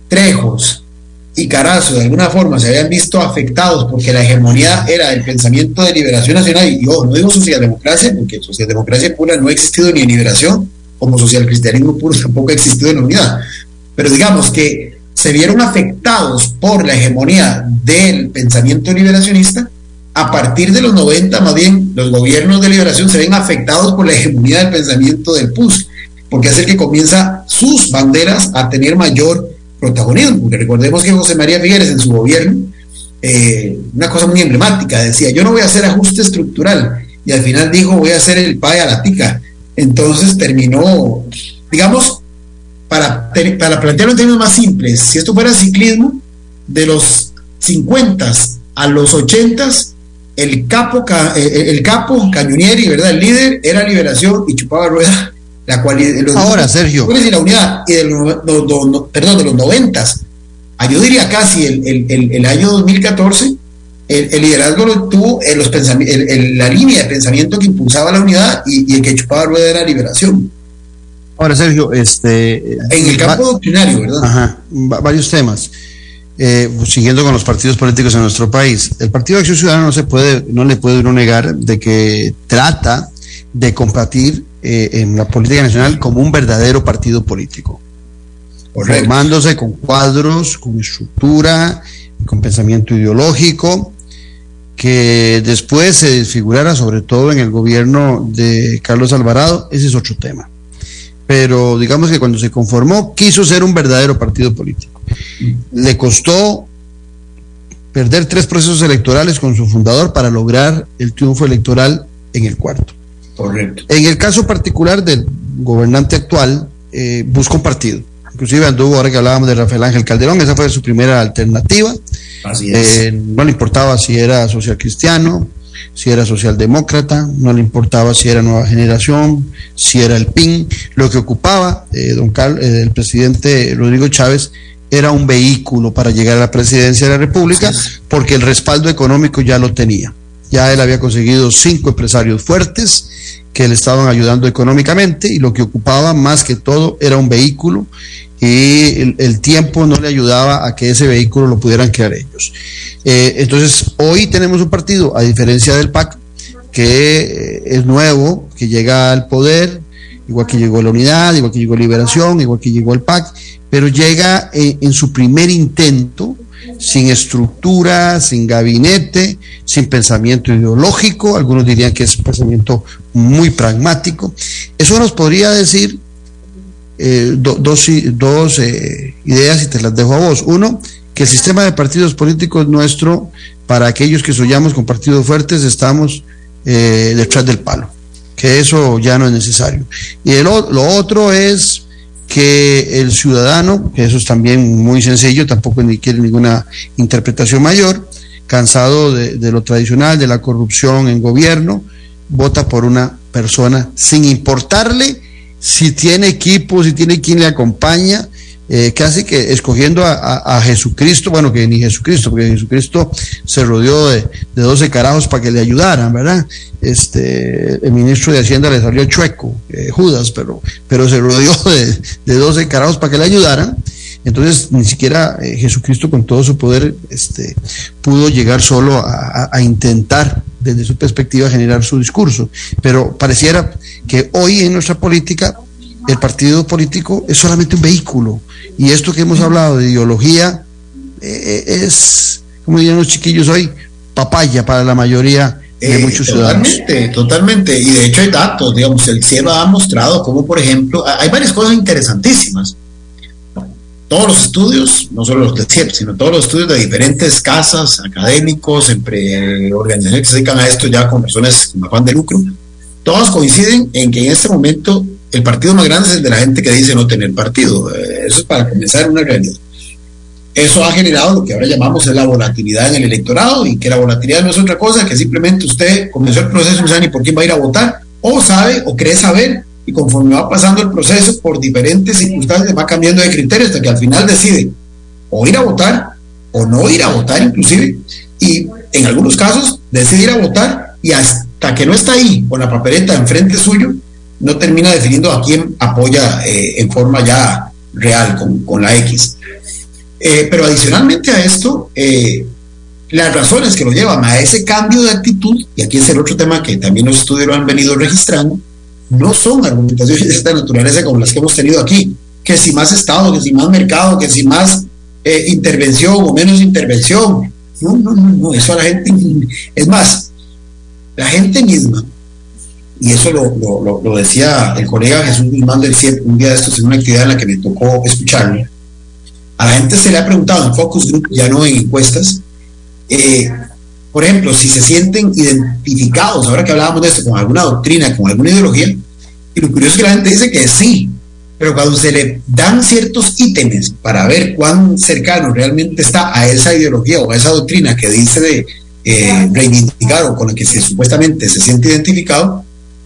Trejos y Carazo de alguna forma se habían visto afectados porque la hegemonía era el pensamiento de liberación nacional, y yo no digo socialdemocracia porque socialdemocracia pura no ha existido ni en Liberación, como socialcristianismo puro tampoco ha existido en la Unidad, pero digamos que se vieron afectados por la hegemonía del pensamiento liberacionista. A partir de los noventa, más bien, los gobiernos de Liberación se ven afectados por la hegemonía del pensamiento del P U S. porque es el que comienza sus banderas a tener mayor protagonismo, porque recordemos que José María Figueres en su gobierno, eh, una cosa muy emblemática, decía, yo no voy a hacer ajuste estructural, y al final dijo, voy a hacer el pay a la tica. Entonces terminó, digamos, para, para plantearlo en términos más simples, si esto fuera ciclismo, de los cincuenta a los ochenta, el capo, el capo Cañonieri, ¿verdad? El líder era Liberación y chupaba rueda la cualidad. Ahora, Sergio. Y la unidad, y de los, no, no, no, perdón, de los noventas, yo diría casi el, el, el, el año dos mil catorce, el, el liderazgo lo tuvo en los pensami- el, el, la línea de pensamiento que impulsaba la unidad y, y el que chupaba rueda era Liberación. Ahora, Sergio, este... En el campo va, doctrinario, ¿verdad? Ajá, va, varios temas. Eh, siguiendo con los partidos políticos en nuestro país, el Partido de Acción Ciudadana no se puede, no le puede uno negar de que trata de combatir eh, en la política nacional como un verdadero partido político, correcto, formándose con cuadros, con estructura, con pensamiento ideológico, que después se desfigurara sobre todo en el gobierno de Carlos Alvarado. Ese es otro tema. Pero digamos que cuando se conformó quiso ser un verdadero partido político. Le costó perder tres procesos electorales con su fundador para lograr el triunfo electoral en el cuarto. Correcto. En el caso particular del gobernante actual, eh, busca un partido. Inclusive anduvo, ahora que hablábamos de Rafael Ángel Calderón, esa fue su primera alternativa. Así es. Eh, no le importaba si era social cristiano, si era socialdemócrata, no le importaba si era Nueva Generación, si era el P I N. Lo que ocupaba eh, don Carlos, eh, el presidente Rodrigo Chávez era un vehículo para llegar a la presidencia de la República, porque el respaldo económico ya lo tenía. Ya él había conseguido cinco empresarios fuertes que le estaban ayudando económicamente, y lo que ocupaba más que todo era un vehículo, y el, el tiempo no le ayudaba a que ese vehículo lo pudieran crear ellos. Eh, entonces, hoy tenemos un partido, a diferencia del P A C, que eh, es nuevo, que llega al poder, igual que llegó la Unidad, igual que llegó Liberación, igual que llegó el P A C, pero llega en, en su primer intento, sin estructura, sin gabinete, sin pensamiento ideológico. Algunos dirían que es un pensamiento muy pragmático. Eso nos podría decir eh, do, dos, dos eh, ideas, y te las dejo a vos. Uno, que el sistema de partidos políticos nuestro, para aquellos que soñamos con partidos fuertes, estamos eh, detrás del palo, que eso ya no es necesario. Y el, lo otro es que el ciudadano, que eso es también muy sencillo, tampoco ni quiere ninguna interpretación mayor, cansado de, de lo tradicional, de la corrupción en gobierno, vota por una persona sin importarle si tiene equipo, si tiene quien le acompaña, eh, casi que escogiendo a, a, a Jesucristo, bueno, que ni Jesucristo, porque Jesucristo se rodeó de, de doce carajos para que le ayudaran, ¿verdad? Este, el ministro de Hacienda le salió chueco, eh, Judas, pero, pero se rodeó de, de doce carajos para que le ayudaran. Entonces, ni siquiera eh, Jesucristo, con todo su poder, este, pudo llegar solo a, a, a intentar, desde su perspectiva, generar su discurso. Pero pareciera que hoy en nuestra política el partido político es solamente un vehículo, y esto que hemos hablado de ideología eh, es, como dirían los chiquillos hoy, papaya para la mayoría de eh, muchos totalmente, ciudadanos. Totalmente, y de hecho hay datos, digamos, el cielo ha mostrado como, por ejemplo, hay varias cosas interesantísimas. Todos los estudios, no solo los del C I E P, sino todos los estudios de diferentes casas, académicos, entre organizaciones que se dedican a esto ya con personas con afán de lucro, todos coinciden en que en este momento el partido más grande es el de la gente que dice no tener partido. Eso es para comenzar una realidad. Eso ha generado lo que ahora llamamos la volatilidad en el electorado, y que la volatilidad no es otra cosa que simplemente usted comenzó el proceso y no sabe ni por quién va a ir a votar, o sabe o cree saber, y conforme va pasando el proceso por diferentes circunstancias va cambiando de criterio hasta que al final decide o ir a votar o no ir a votar inclusive, y en algunos casos decide ir a votar y hasta que no está ahí con la papeleta enfrente suyo no termina definiendo a quién apoya eh, en forma ya real con, con la X. Eh, pero adicionalmente a esto, eh, las razones que lo llevan a ese cambio de actitud, y aquí es el otro tema que también los estudios lo han venido registrando, no son argumentaciones de esta naturaleza como las que hemos tenido aquí, que si más Estado, que si más mercado, que si más eh, intervención o menos intervención. No, no, no, no, eso a la gente, es más, la gente misma y eso lo, lo, lo, lo decía el colega Jesús Guzmán del C I E P un día de estos en una actividad en la que me tocó escucharlo, a la gente se le ha preguntado en focus group, ya no en encuestas, eh, por ejemplo, si se sienten identificados, ahora que hablábamos de esto, con alguna doctrina, con alguna ideología, y lo curioso es que la gente dice que sí, pero cuando se le dan ciertos ítems para ver cuán cercano realmente está a esa ideología o a esa doctrina que dice de eh, reivindicar o con la que se, supuestamente se siente identificado,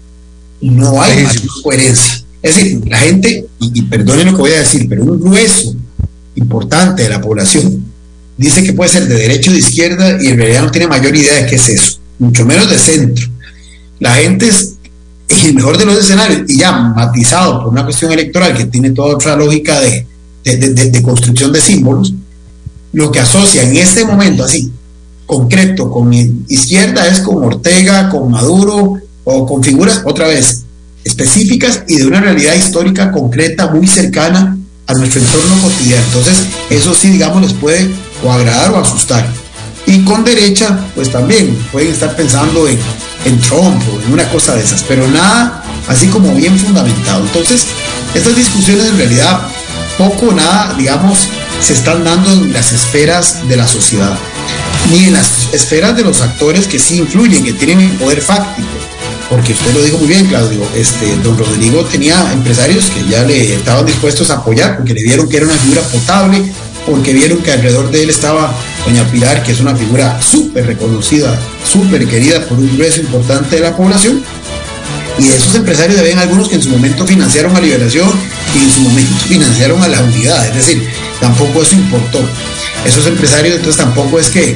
no hay mayor coherencia. Es decir, la gente, y, y perdonen lo que voy a decir, pero un grueso importante de la población dice que puede ser de derecha o de izquierda y en realidad no tiene mayor idea de qué es eso, mucho menos de centro. La gente es, en el mejor de los escenarios, y ya matizado por una cuestión electoral que tiene toda otra lógica de, de, de, de construcción de símbolos, lo que asocia en este momento así, concreto, con izquierda es con Ortega, con Maduro o con figuras, otra vez, específicas y de una realidad histórica concreta, muy cercana a nuestro entorno cotidiano. Entonces, eso sí, digamos, les puede o agradar o asustar. Y con derecha, pues también pueden estar pensando en, en Trump o en una cosa de esas, pero nada así como bien fundamentado. Entonces, estas discusiones en realidad poco o nada, digamos, se están dando en las esferas de la sociedad, ni en las esferas de los actores que sí influyen, que tienen poder fáctico. Porque usted lo dijo muy bien, Claudio, este, don Rodrigo tenía empresarios que ya le estaban dispuestos a apoyar porque le vieron que era una figura potable, porque vieron que alrededor de él estaba doña Pilar, que es una figura súper reconocida, súper querida por un grueso importante de la población. Y de esos empresarios habían algunos que en su momento financiaron a Liberación y en su momento financiaron a la unidad, es decir, tampoco eso importó. Esos empresarios entonces tampoco es que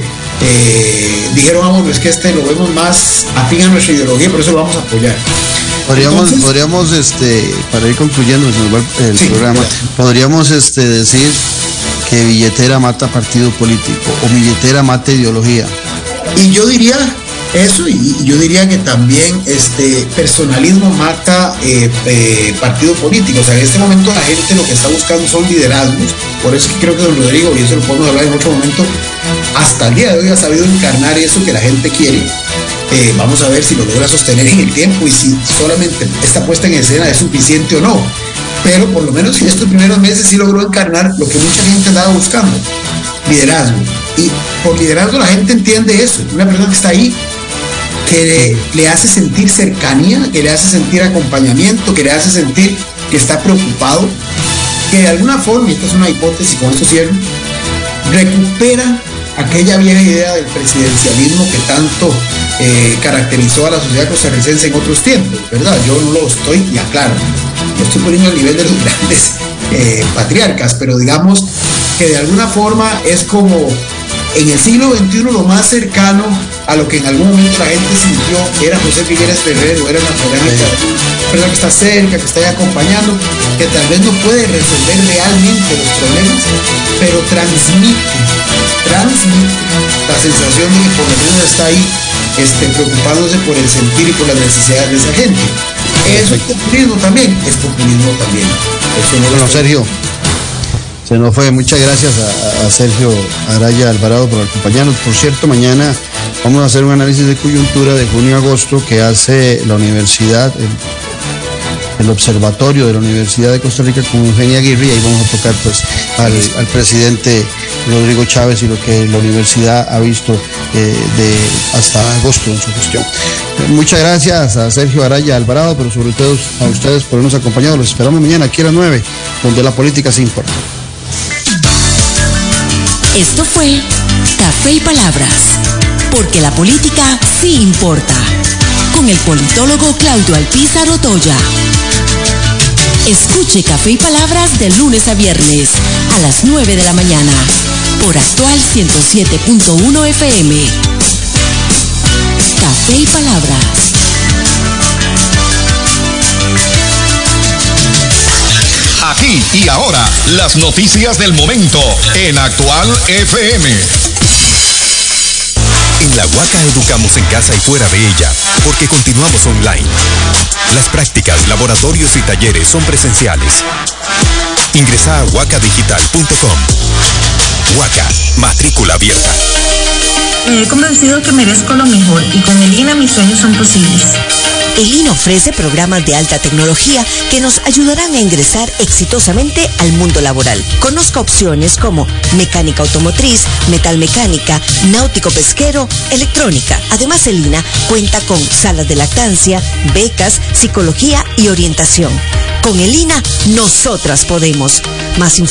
eh, dijeron, ah, bueno, es que este lo vemos más afín a nuestra ideología, por eso lo vamos a apoyar. Podríamos, Entonces, podríamos este, para ir concluyendo el sí, programa, claro. podríamos este, decir que billetera mata partido político o billetera mata ideología. Y yo diría eso, y yo diría que también este personalismo mata eh, eh, partido político. O sea, en este momento la gente lo que está buscando son liderazgos. Por eso es que creo que don Rodrigo, y eso lo podemos hablar en otro momento, hasta el día de hoy ha sabido encarnar eso que la gente quiere. Eh, vamos a ver si lo logra sostener en el tiempo y si solamente esta puesta en escena es suficiente o no. Pero por lo menos en estos primeros meses sí logró encarnar lo que mucha gente andaba buscando: liderazgo. Y por liderazgo la gente entiende eso, una persona que está ahí, que le, le hace sentir cercanía, que le hace sentir acompañamiento, que le hace sentir que está preocupado, que de alguna forma, y esta es una hipótesis, con esto cierro, recupera aquella vieja idea del presidencialismo que tanto eh, caracterizó a la sociedad costarricense en otros tiempos, ¿verdad? Yo no lo estoy, y aclaro, lo estoy poniendo al nivel de los grandes eh, patriarcas, pero digamos que de alguna forma es como en el siglo veintiuno lo más cercano a lo que en algún momento la gente sintió era José Figueres Ferrero, era una persona que está cerca, que está ahí acompañando, que tal vez no puede resolver realmente los problemas, pero transmite, transmite la sensación de que por lo menos está ahí este, preocupándose por el sentir y por las necesidades de esa gente. Eso es populismo también, es populismo también. Eso no bueno, Sergio, se nos fue. Muchas gracias a, a Sergio Araya Alvarado por acompañarnos. Por cierto, mañana vamos a hacer un análisis de coyuntura de junio a agosto que hace la universidad, el, el observatorio de la Universidad de Costa Rica con Eugenia Aguirre, y ahí vamos a tocar pues al, al presidente Rodrigo Chávez y lo que la universidad ha visto eh, de hasta agosto en su gestión. Muchas gracias a Sergio Araya Alvarado, pero sobre todo a ustedes por habernos acompañado. Los esperamos mañana aquí a las nueve, donde la política sí importa. Esto fue Café y Palabras, porque la política sí importa, con el politólogo Claudio Alpizar Otoya. Escuche Café y Palabras de lunes a viernes a las nueve de la mañana por Actual ciento siete punto uno F M. Café y Palabras. Aquí y ahora, las noticias del momento en Actual F M. En la Huaca educamos en casa y fuera de ella, porque continuamos online. Las prácticas, laboratorios y talleres son presenciales. Ingresa a huaca digital punto com. Huaca, matrícula abierta. Me he convencido que merezco lo mejor y con el I N A mis sueños son posibles. El I N A ofrece programas de alta tecnología que nos ayudarán a ingresar exitosamente al mundo laboral. Conozca opciones como mecánica automotriz, metalmecánica, náutico pesquero, electrónica. Además, el I N A cuenta con salas de lactancia, becas, psicología y orientación. Con el I N A, nosotras podemos. Más información